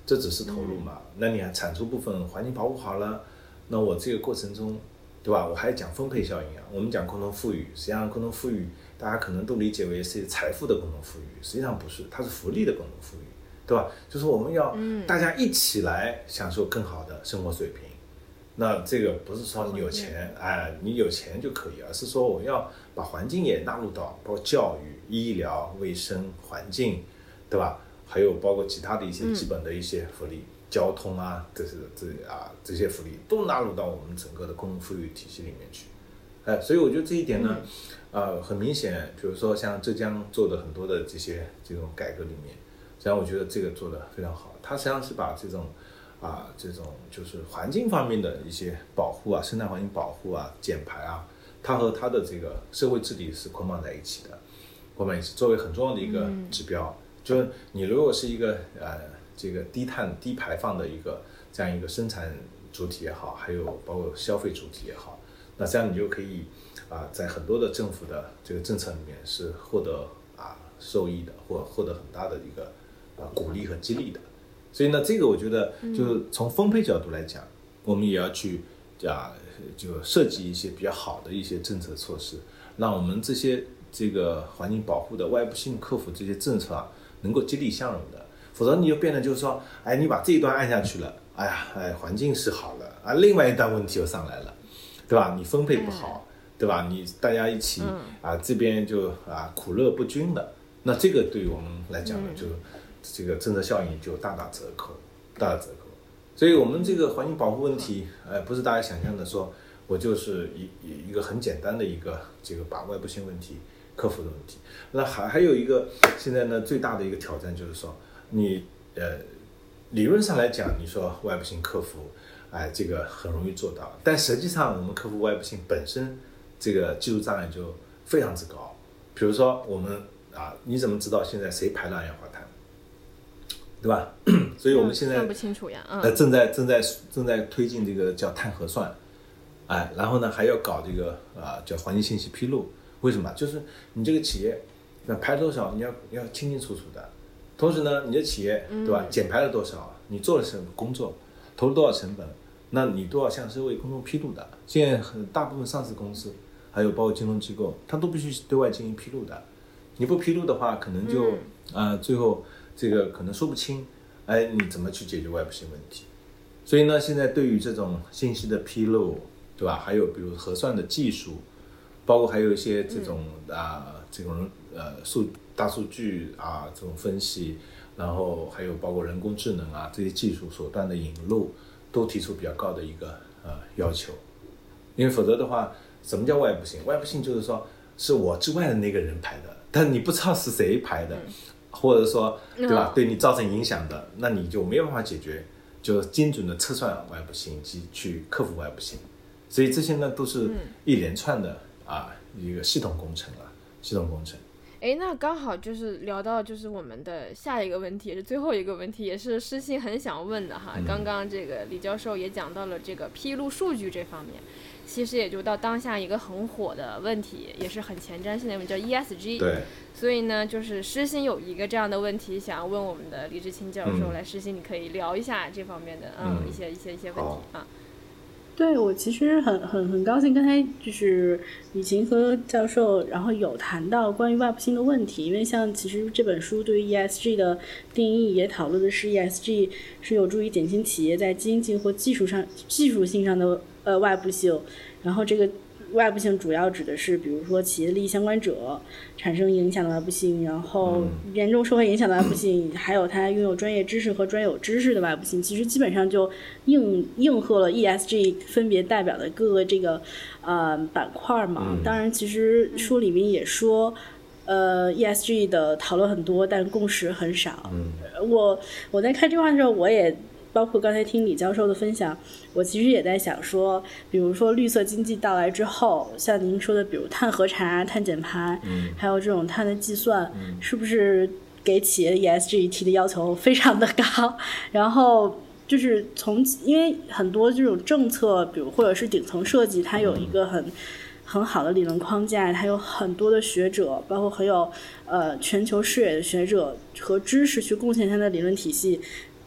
这只是投入嘛。嗯、那你看产出部分环境保护好了，那我这个过程中，对吧？我还讲分配效应啊。我们讲共同富裕，实际上共同富裕大家可能都理解为是财富的共同富裕，实际上不是，它是福利的共同富裕，对吧？就是我们要大家一起来享受更好的生活水平。嗯、那这个不是说你有钱，哎，你有钱就可以，而是说我要把环境也纳入到，包括教育、医疗、卫生、环境，对吧？还有包括其他的一些基本的一些福利。嗯交通啊，这是这啊这些福利都纳入到我们整个的共同富裕体系里面去，哎，所以我觉得这一点呢，呃，很明显，比如说像浙江做的很多的这些这种改革里面，实际上我觉得这个做得非常好，它实际上是把这种啊这种就是环境方面的一些保护啊，生态环境保护啊，减排啊，它和它的这个社会治理是捆绑在一起的，捆绑一起作为很重要的一个指标，嗯、就是你如果是一个呃。这个低碳低排放的一个这样一个生产主体也好，还有包括消费主体也好，那这样你就可以啊，在很多的政府的这个政策里面是获得啊受益的，或获得很大的一个啊鼓励和激励的。所以呢，这个我觉得就是从分配角度来讲，我们也要去啊就设计一些比较好的一些政策措施，让我们这些这个环境保护的外部性克服这些政策啊，能够激励相容的。否则你就变得就是说，哎，你把这一端按下去了，哎呀，哎，环境是好了啊，另外一端问题又上来了，对吧？你分配不好，对吧？你大家一起啊，这边就啊苦乐不均的，那这个对于我们来讲呢，就这个政策效应就大打折扣，大打折扣。所以我们这个环境保护问题，呃，不是大家想象的说，我就是一一个很简单的一个这个把外部性问题克服的问题。那还还有一个现在呢最大的一个挑战就是说。你呃，理论上来讲，你说外部性克服，哎，这个很容易做到。但实际上，我们克服外部性本身，这个技术障碍就非常之高。比如说，我们啊，你怎么知道现在谁排了二氧化碳，对吧？所以我们现在算不清楚呀。嗯。 呃，正在正在正在推进这个叫碳核算，哎，然后呢还要搞这个啊叫环境信息披露。为什么？就是你这个企业，那排多少，你要要清清楚楚的。同时呢，你的企业对吧，减排了多少，你做了什么工作，投入多少成本，那你都要向社会公众披露的。现在很大部分上市公司，还有包括金融机构，它都必须对外进行披露的。你不披露的话，可能就啊、呃、最后这个可能说不清，哎，你怎么去解决外部性问题？所以呢，现在对于这种信息的披露，对吧？还有比如核算的技术，包括还有一些这种啊、呃、这种呃数。大数据啊，这种分析，然后还有包括人工智能啊这些技术手段的引入，都提出比较高的一个呃要求，因为否则的话，什么叫外部性？外部性就是说是我之外的那个人排的，但你不知道是谁排的，嗯、或者说对吧，对你造成影响的，那你就没有办法解决，就精准的测算外部性及去克服外部性，所以这些呢都是一连串的啊一个系统工程啊，系统工程。 哎，那刚好就是聊到就是我们的下一个问题，也是最后一个问题，也是诗欣很想问的哈。嗯、刚刚这个李教授也讲到了这个披露数据这方面，其实也就到当下一个很火的问题，也是很前瞻性的问题，叫 E S G。 对。 所以呢，就是诗欣有一个这样的问题，想要问我们的李志清教授，嗯、来，诗欣你可以聊一下这方面的嗯, 嗯一些一些一些问题啊。 对，我其实很很很高兴，刚才就是李琴和教授，然后有谈到关于外部性的问题，因为像其实这本书对于 E S G 的定义也讨论的是 E S G 是有助于减轻企业在经济或技术上技术性上的呃外部性，然后这个外部性主要指的是比如说企业利益相关者产生影响的外部性，然后严重社会影响的外部性，还有它拥有专业知识和专有知识的外部性，其实基本上就应应和了 E S G 分别代表的各个这个呃板块嘛。当然其实书里面也说呃 E S G 的讨论很多，但共识很少。我我在看这话的时候，我也包括刚才听李教授的分享，我其实也在想说，比如说绿色经济到来之后，像您说的比如碳核查、碳减排、嗯、还有这种碳的计算、嗯、是不是给企业的 E S G 提的要求非常的高，然后就是从因为很多这种政策比如或者是顶层设计，它有一个很很好的理论框架，它有很多的学者，包括很有呃全球视野的学者和知识去贡献它的理论体系，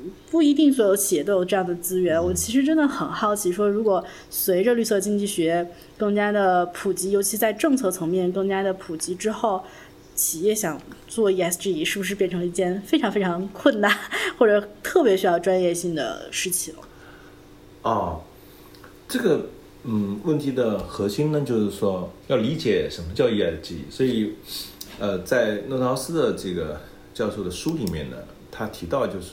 不一定所有企业都有这样的资源。我其实真的很好奇说，如果随着绿色经济学更加的普及，尤其在政策层面更加的普及之后，企业想做 E S G 是不是变成了一件非常非常困难或者特别需要专业性的事情？ 哦，这个嗯问题的核心呢，就是说要理解什么叫 E S G。所以呃，在诺特豪斯的这个教授的书里面呢，他提到就是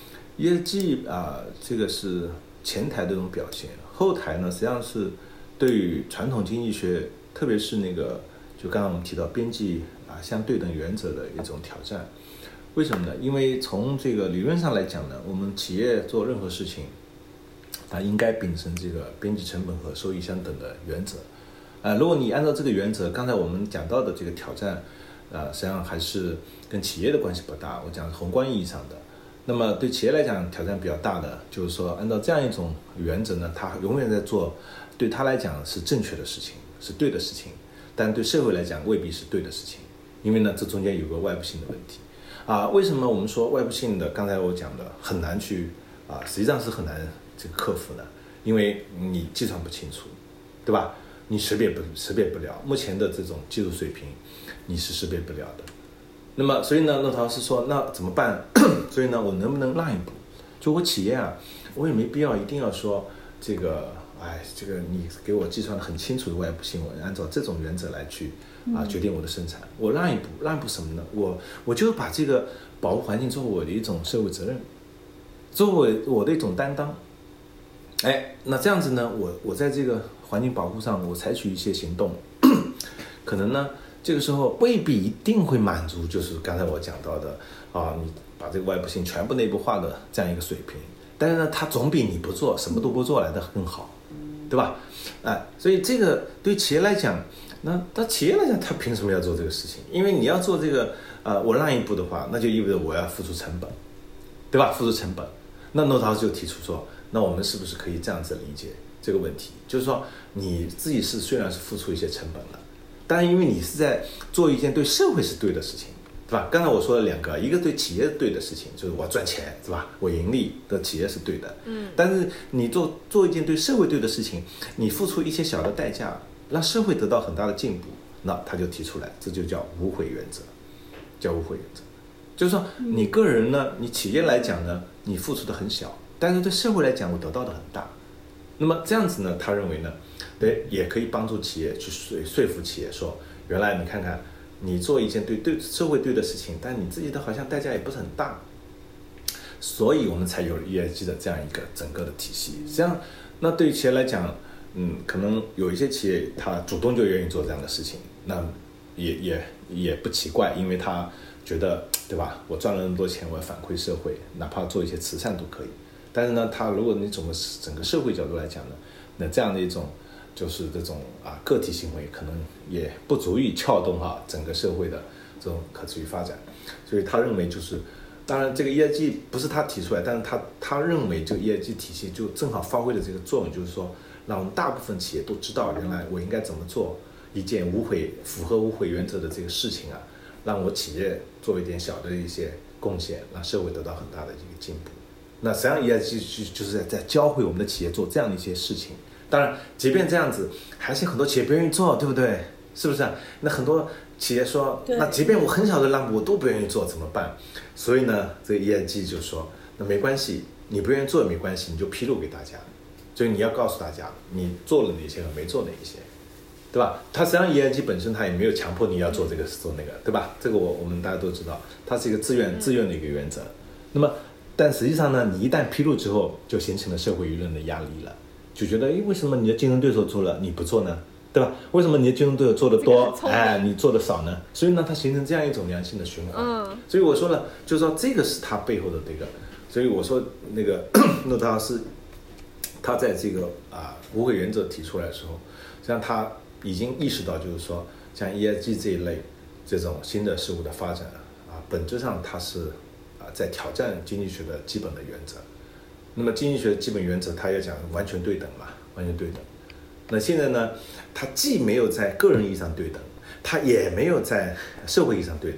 E S G 啊、呃，这个是前台的一种表现，后台呢实际上是对于传统经济学，特别是那个就刚刚我们提到边际啊相对等原则的一种挑战。为什么呢？因为从这个理论上来讲呢，我们企业做任何事情，它应该秉承这个边际成本和收益相等的原则。呃，如果你按照这个原则，刚才我们讲到的这个挑战，呃，实际上还是跟企业的关系不大。我讲宏观意义上的。那么对企业来讲，挑战比较大的就是说，按照这样一种原则呢，它永远在做对他来讲是正确的事情，是对的事情，但对社会来讲未必是对的事情，因为呢，这中间有个外部性的问题。啊，为什么我们说外部性的？刚才我讲的很难去啊，实际上是很难这个克服的，因为你计算不清楚，对吧？你识别不识别不了，目前的这种技术水平，你是识别不了的。那么，所以呢，诺特豪斯说，那怎么办？所以呢，我能不能让一步？就我企业啊，我也没必要一定要说这个，哎，这个你给我计算的很清楚的外部性，我按照这种原则来去啊决定我的生产。我让一步，让一步什么呢？我我就把这个保护环境作为我的一种社会责任，作为我的一种担当。哎，那这样子呢，我我在这个环境保护上，我采取一些行动，可能呢，这个时候未必一定会满足，就是刚才我讲到的啊，你把这个外部性全部内部化的这样一个水平，但是呢，它总比你不做什么都不做来的更好，对吧？哎，所以这个对企业来讲，那他企业来讲，他凭什么要做这个事情？因为你要做这个，呃，我让一步的话，那就意味着我要付出成本，对吧？付出成本，那诺特豪斯就提出说，那我们是不是可以这样子理解这个问题？就是说，你自己是虽然是付出一些成本了，但因为你是在做一件对社会是对的事情，对吧？刚才我说了两个，一个对企业对的事情，就是我赚钱，是吧？我盈利的企业是对的，嗯。但是你做做一件对社会对的事情，你付出一些小的代价，让社会得到很大的进步，那他就提出来，这就叫无悔原则，叫无悔原则。就是说，你个人呢，你企业来讲呢，你付出的很小，但是对社会来讲，我得到的很大。那么这样子呢，他认为呢，对，也可以帮助企业去说说服企业说，原来你看看，你做一件对对社会对的事情，但你自己的好像代价也不是很大，所以我们才有 E S G 的这样一个整个的体系。实际上，那对于企业来讲，嗯，可能有一些企业他主动就愿意做这样的事情，那也也也不奇怪，因为他觉得，对吧？我赚了那么多钱，我要反馈社会，哪怕做一些慈善都可以。但是呢，他如果你从整个社会角度来讲呢，那这样的一种就是这种啊个体行为，可能也不足以撬动哈整个社会的这种可持续发展。所以他认为就是，当然这个 E S G 不是他提出来，但是他他认为这个 E S G 体系就正好发挥了这个作用，就是说让我们大部分企业都知道，原来我应该怎么做一件无悔符合无悔原则的这个事情啊，让我企业做一点小的一些贡献，让社会得到很大的一个进步。那实际上 E S G 就是在在教会我们的企业做这样的一些事情。当然，即便这样子，还是很多企业不愿意做，对不对？是不是啊？那很多企业说，那即便我很小的让步，我都不愿意做，怎么办？所以呢，这个 E S G 就说，那没关系，你不愿意做也没关系，你就披露给大家。所以你要告诉大家，你做了哪些和没做哪一些，对吧？它实际上 E S G 本身它也没有强迫你要做这个做那个，对吧？这个我我们大家都知道，它是一个自愿自愿的一个原则。那么，但实际上呢，你一旦披露之后，就形成了社会舆论的压力了，就觉得，诶，为什么你的竞争对手做了你不做呢？对吧？为什么你的竞争对手做的多，哎，你做的少呢？所以呢，它形成这样一种良性的循环。嗯。所以我说了，就是说这个是它背后的这个，所以我说那个诺特豪斯，他在这个啊无悔原则提出来的时候，实际上他已经意识到，就是说像 E S G 这一类这种新的事物的发展啊，本质上它是啊在挑战经济学的基本的原则。那么经济学的基本原则，它要讲完全对等嘛，完全对等。那现在呢，它既没有在个人意义上对等，它也没有在社会意义上对等，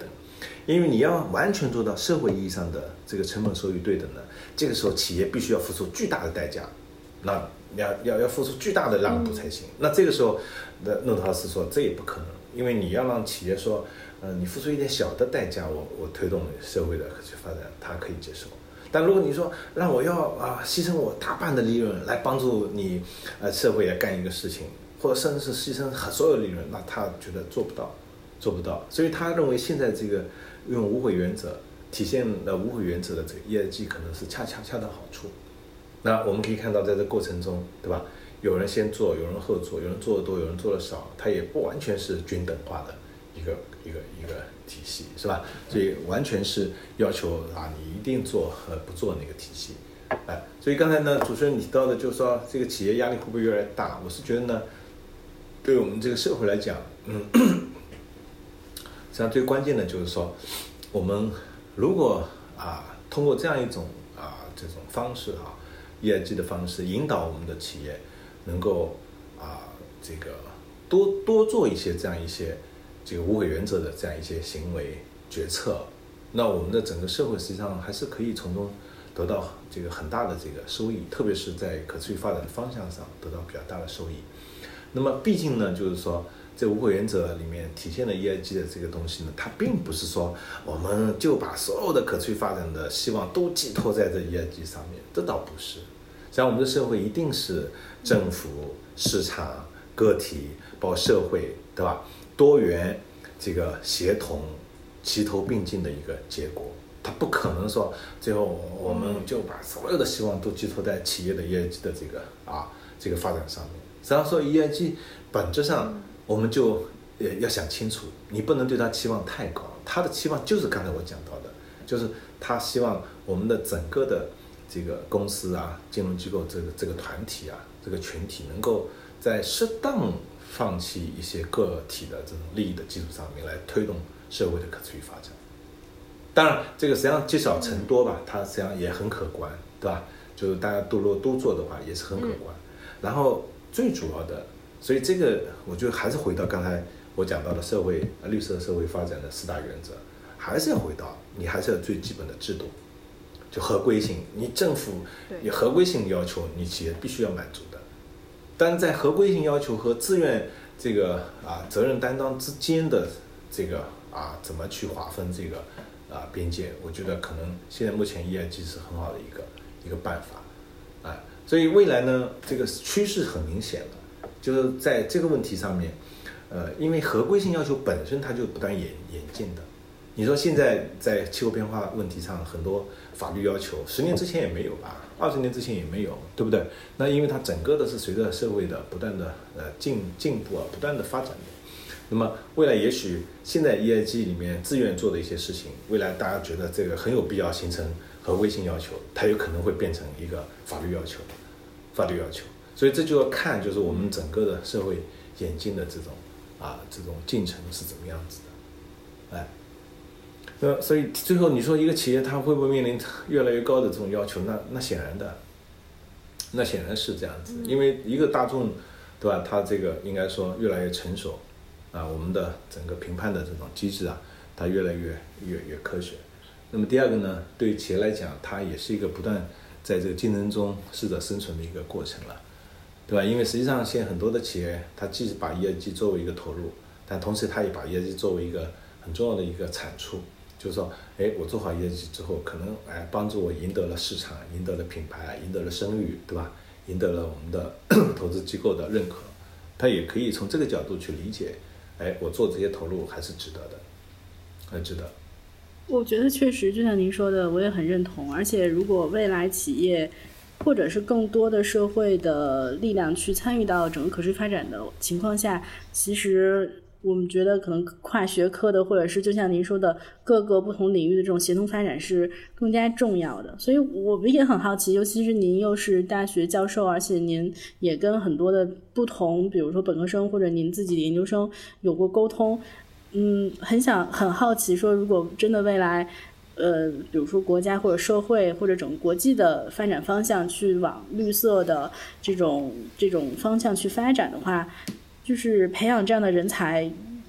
因为你要完全做到社会意义上的这个成本收益对等的，这个时候企业必须要付出巨大的代价，那要要要付出巨大的让步才行。嗯、那这个时候，那诺特豪斯说这也不可能，因为你要让企业说，呃，你付出一点小的代价，我我推动社会的可持续发展，他可以接受。但如果你说让我要啊牺牲我大半的利润来帮助你呃社会来干一个事情，或者甚至是牺牲所有利润，那他觉得做不到，做不到。所以他认为现在这个用无悔原则体现了无悔原则的这个 E S G 可能是恰恰恰到好处。那我们可以看到在这过程中，对吧？有人先做，有人后做，有人做的多，有人做的少，它也不完全是均等化的一个一个一个体系，是吧？所以完全是要求啊，你一定做和不做那个体系。哎，所以刚才呢，主持人你提到的就是说，这个企业压力会不会越来越大？我是觉得呢，对我们这个社会来讲，嗯，实际上最关键的就是说，我们如果啊通过这样一种啊这种方式哈、啊、E S G 的方式引导我们的企业能够啊这个多多做一些这样一些这个无悔原则的这样一些行为决策，那我们的整个社会实际上还是可以从中得到这个很大的这个收益，特别是在可持续发展的方向上得到比较大的收益。那么毕竟呢，就是说这无悔原则里面体现的 E S G 的这个东西呢，它并不是说我们就把所有的可持续发展的希望都寄托在这 E S G 上面，这倒不是。像我们的社会一定是政府、市场、个体，包括社会，对吧？多元这个协同、齐头并进的一个结果。它不可能说最后我们就把所有的希望都寄托在企业的 E S G 的这个啊这个发展上面。实际上说 E S G 本质上我们就也要想清楚，你不能对它期望太高，它的期望就是刚才我讲到的，就是他希望我们的整个的这个公司啊、金融机构这个这个团体啊、这个群体能够在适当放弃一些个体的这种利益的基础上面来推动社会的可持续发展。当然这个实际上积少成多吧，它实际上也很可观，对吧？就是大家都如果都做的话也是很可观。然后最主要的，所以这个我觉得还是回到刚才我讲到的社会绿色社会发展的四大原则，还是要回到你还是要最基本的制度，就合规性，你政府有合规性要求，你企业必须要满足的。但在合规性要求和自愿这个啊责任担当之间的这个啊怎么去划分这个啊边界，我觉得可能现在目前 E S G 是很好的一个一个办法，啊，所以未来呢这个趋势很明显了，就是在这个问题上面，呃，因为合规性要求本身它就不断演演进的。你说现在在气候变化问题上很多法律要求，十年之前也没有吧，二十年之前也没有，对不对？那因为它整个的是随着社会的不断的呃进进步啊，不断的发展的。那么未来也许现在 E S G 里面自愿做的一些事情，未来大家觉得这个很有必要形成合规性要求，它有可能会变成一个法律要求，法律要求。所以这就要看就是我们整个的社会演进的这种啊这种进程是怎么样子的，哎。呃，所以最后你说一个企业它会不会面临越来越高的这种要求？那那显然的，那显然是这样子，因为一个大众，对吧？它这个应该说越来越成熟，啊，我们的整个评判的这种机制啊，它越来越越越科学。那么第二个呢，对于企业来讲，它也是一个不断在这个竞争中适者生存的一个过程了，对吧？因为实际上现在很多的企业，它既是把 E S G 作为一个投入，但同时它也把 E S G 作为一个很重要的一个产出。就是说，哎，我做好 E S G 之后，可能哎帮助我赢得了市场，赢得了品牌，赢得了声誉，对吧？赢得了我们的投资机构的认可，他也可以从这个角度去理解，哎，我做这些投入还是值得的，很值得。 我觉得确实，就像您说的，我也很认同。而且，如果未来企业或者是更多的社会的力量去参与到整个可持续发展的情况下，其实我们觉得可能跨学科的，或者是就像您说的各个不同领域的这种协同发展是更加重要的。所以我们也很好奇，尤其是您又是大学教授，而且您也跟很多的不同比如说本科生或者您自己的研究生有过沟通，嗯，很想很好奇说，如果真的未来呃，比如说国家或者社会或者整个国际的发展方向去往绿色的这种这种方向去发展的话，就是培养这样的人才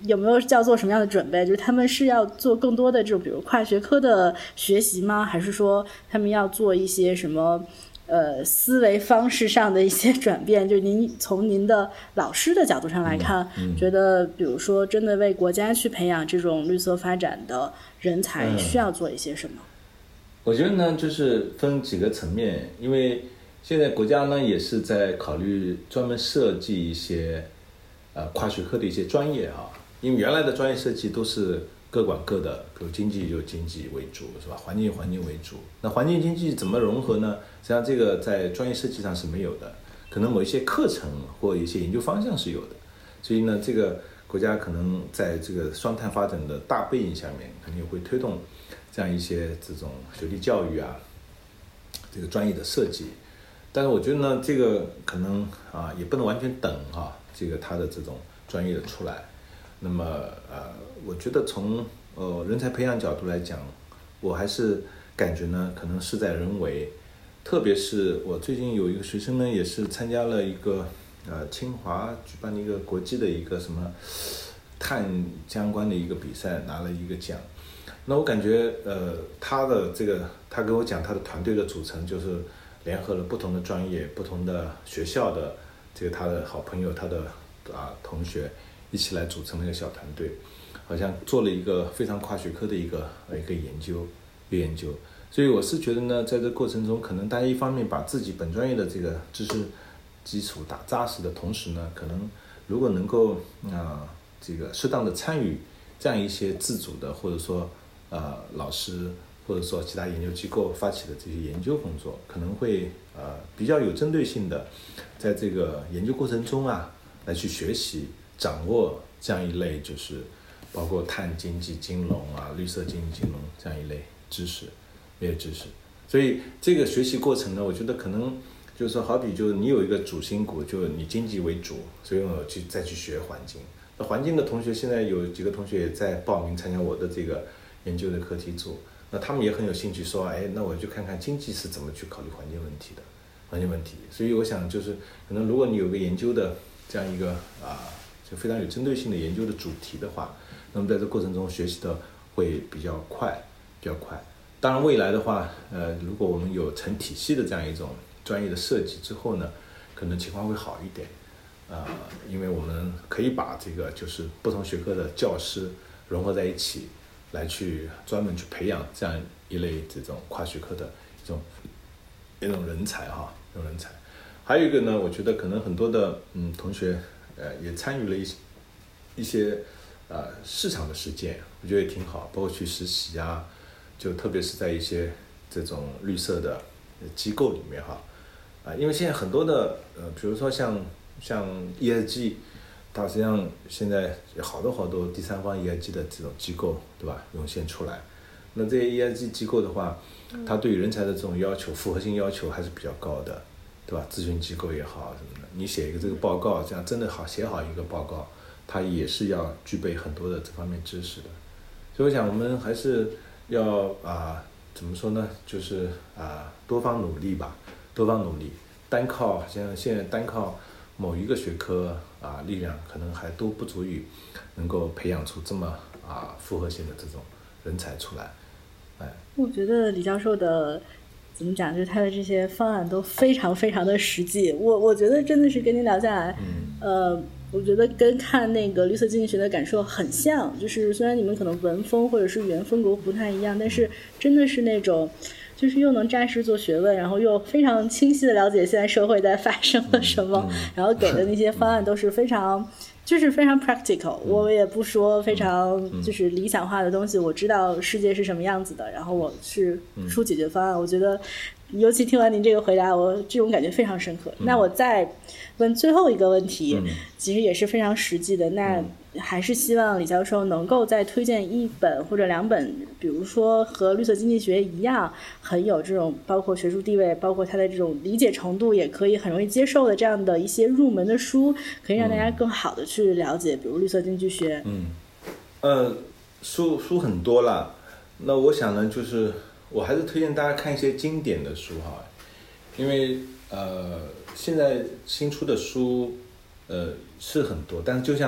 有没有叫做什么样的准备？就是他们是要做更多的这种比如跨学科的学习吗？还是说他们要做一些什么呃思维方式上的一些转变？就是您从您的老师的角度上来看、嗯嗯、觉得比如说真的为国家去培养这种绿色发展的人才需要做一些什么？嗯、 我觉得呢就是分几个层面，因为现在国家呢也是在考虑专门设计一些呃跨学科的一些专业啊，因为原来的专业设计都是各管各的，比如经济就经济为主是吧，环境环境为主，那环境经济怎么融合呢？实际上这个在专业设计上是没有的，可能某一些课程或一些研究方向是有的，所以呢这个国家可能在这个双碳发展的大背景下面肯定会推动这样一些这种学历教育啊这个专业的设计，但是我觉得呢这个可能啊也不能完全等啊这个它的这种专业的出来。那么呃我觉得从呃人才培养角度来讲，我还是感觉呢可能事在人为，特别是我最近有一个学生呢也是参加了一个呃清华举办的一个国际的一个什么碳相关的一个比赛，拿了一个奖。那我感觉呃他的这个他跟我讲他的团队的组成就是联合了不同的专业不同的学校的这个他的好朋友他的啊同学一起来组成了一个小团队，好像做了一个非常跨学科的一个一个研究一个研究。所以我是觉得呢在这个过程中可能大家一方面把自己本专业的这个知识基础打扎实的同时呢，可能如果能够啊、呃、这个适当的参与这样一些自主的或者说呃老师或者说其他研究机构发起的这些研究工作，可能会呃比较有针对性的在这个研究过程中啊来去学习掌握这样一类就是包括碳经济金融啊绿色经济金融这样一类知识这些知识。所以这个学习过程呢，我觉得可能就是说好比就你有一个主心骨，就你经济为主，所以我去再去学环境。那环境的同学现在有几个同学也在报名参加我的这个研究的课题组，那他们也很有兴趣说，哎，那我就看看经济是怎么去考虑环境问题的环境问题。所以我想就是可能如果你有个研究的这样一个啊就非常有针对性的研究的主题的话，那么在这过程中学习的会比较快比较快。当然未来的话呃如果我们有成体系的这样一种专业的设计之后呢，可能情况会好一点呃因为我们可以把这个就是不同学科的教师融合在一起，来去专门去培养这样一类这种跨学科的一种一种人才哈，一种人才。还有一个呢，我觉得可能很多的嗯同学呃也参与了一些一些呃市场的实践，我觉得也挺好，包括去实习啊，就特别是在一些这种绿色的机构里面哈啊、呃，因为现在很多的呃比如说像像 E S G。它实际上现在有好多好多第三方 E S G 的这种机构，对吧？涌现出来。那这些 E S G 机构的话，它对于人才的这种要求、复合性要求还是比较高的，对吧？咨询机构也好什么的，你写一个这个报告，这样真的好写好一个报告，它也是要具备很多的这方面知识的。所以我想我们还是要啊、呃，怎么说呢？就是啊、呃，多方努力吧，多方努力。单靠像现在单靠某一个学科啊，力量可能还都不足以能够培养出这么啊复合性的这种人才出来。哎， 我觉得李教授的怎么讲，就是他的这些方案都非常非常的实际。我我觉得真的是跟您聊下来，嗯、呃，我觉得跟看那个绿色经济学的感受很像。就是虽然你们可能文风或者是语言风格不太一样，但是真的是那种。就是又能扎实做学问，然后又非常清晰的了解现在社会在发生了什么，嗯嗯、然后给的那些方案都是非常，就是非常 practical。嗯、我也不说非常就是理想化的东西，嗯、我知道世界是什么样子的，然后我是出解决方案。嗯、我觉得，尤其听完您这个回答，我这种感觉非常深刻。嗯、那我再问最后一个问题，嗯、其实也是非常实际的。那、嗯还是希望李教授能够再推荐一本或者两本，比如说和绿色经济学一样很有这种包括学术地位，包括它的这种理解程度也可以很容易接受的这样的一些入门的书，可以让大家更好的去了解比如绿色经济学。 嗯呃书书很多啦，那我想呢就是我还是推荐大家看一些经典的书哈，因为呃现在新出的书呃是很多，但是就像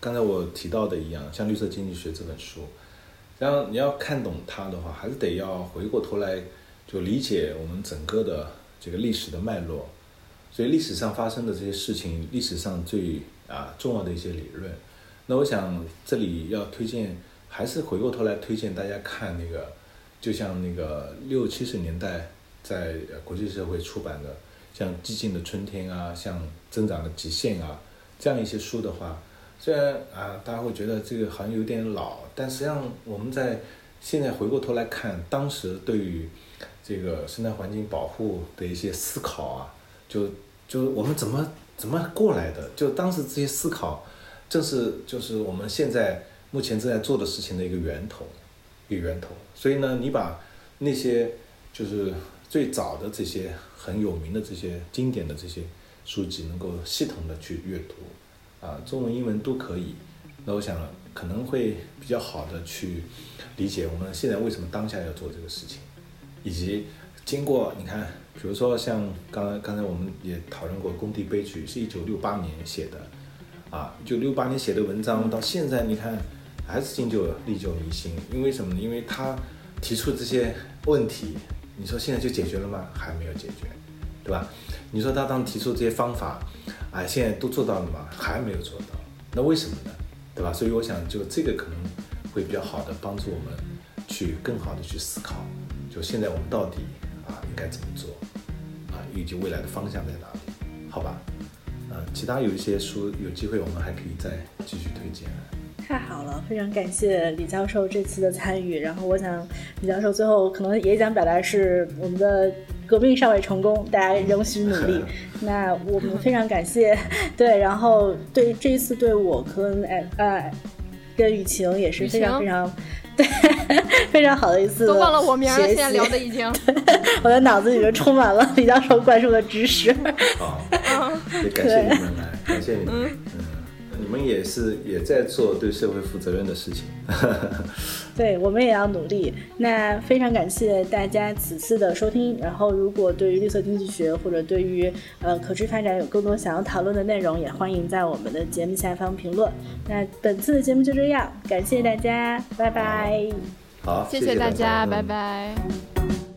刚才我提到的一样，像《绿色经济学》这本书，然后你要看懂它的话，还是得要回过头来就理解我们整个的这个历史的脉络。所以历史上发生的这些事情，历史上最啊重要的一些理论，那我想这里要推荐，还是回过头来推荐大家看那个，就像那个六七十年代在国际社会出版的，像《激进的春天》啊，像《增长的极限》啊，这样一些书的话，虽然啊大家会觉得这个好像有点老，但实际上我们在现在回过头来看，当时对于这个生态环境保护的一些思考啊，就就我们怎么怎么过来的，就当时这些思考正是就是我们现在目前正在做的事情的一个源头一个源头。所以呢，你把那些就是最早的这些很有名的这些经典的这些书籍能够系统的去阅读啊，中文英文都可以，那我想可能会比较好的去理解我们现在为什么当下要做这个事情，以及经过你看，比如说像刚才刚才我们也讨论过工地悲剧是一九六八年写的啊，一九六八年写的文章到现在你看还是经久历久弥新。因为什么呢？因为他提出这些问题，你说现在就解决了吗？还没有解决，对吧？你说他当提出这些方法，哎，现在都做到了吗？还没有做到。那为什么呢？对吧？所以我想就这个可能会比较好的帮助我们去更好的去思考，就现在我们到底啊应该怎么做啊，以及未来的方向在哪里，好吧？呃，其他有一些书有机会我们还可以再继续推荐。 太好了，非常感谢李教授这次的参与。然后我想李教授最后可能也想表达是我们的革命尚未成功，大家仍需努力。那我们非常感谢，对，然后对这一次对我跟呃跟雨晴也是非常非常对非常好的一次， 都忘了我名了，现在聊的已经， 我的脑子里面充满了李教授灌输的知识。 好，也感谢你们来，感谢你们。嗯你们也是也在做对社会负责任的事情。 对，我们也要努力。那非常感谢大家此次的收听。然后如果对于绿色经济学或者对于呃可持续发展有更多想要讨论的内容，也欢迎在我们的节目下方评论。那本次的节目就这样，感谢大家，拜拜。 好， 谢谢大家，拜拜。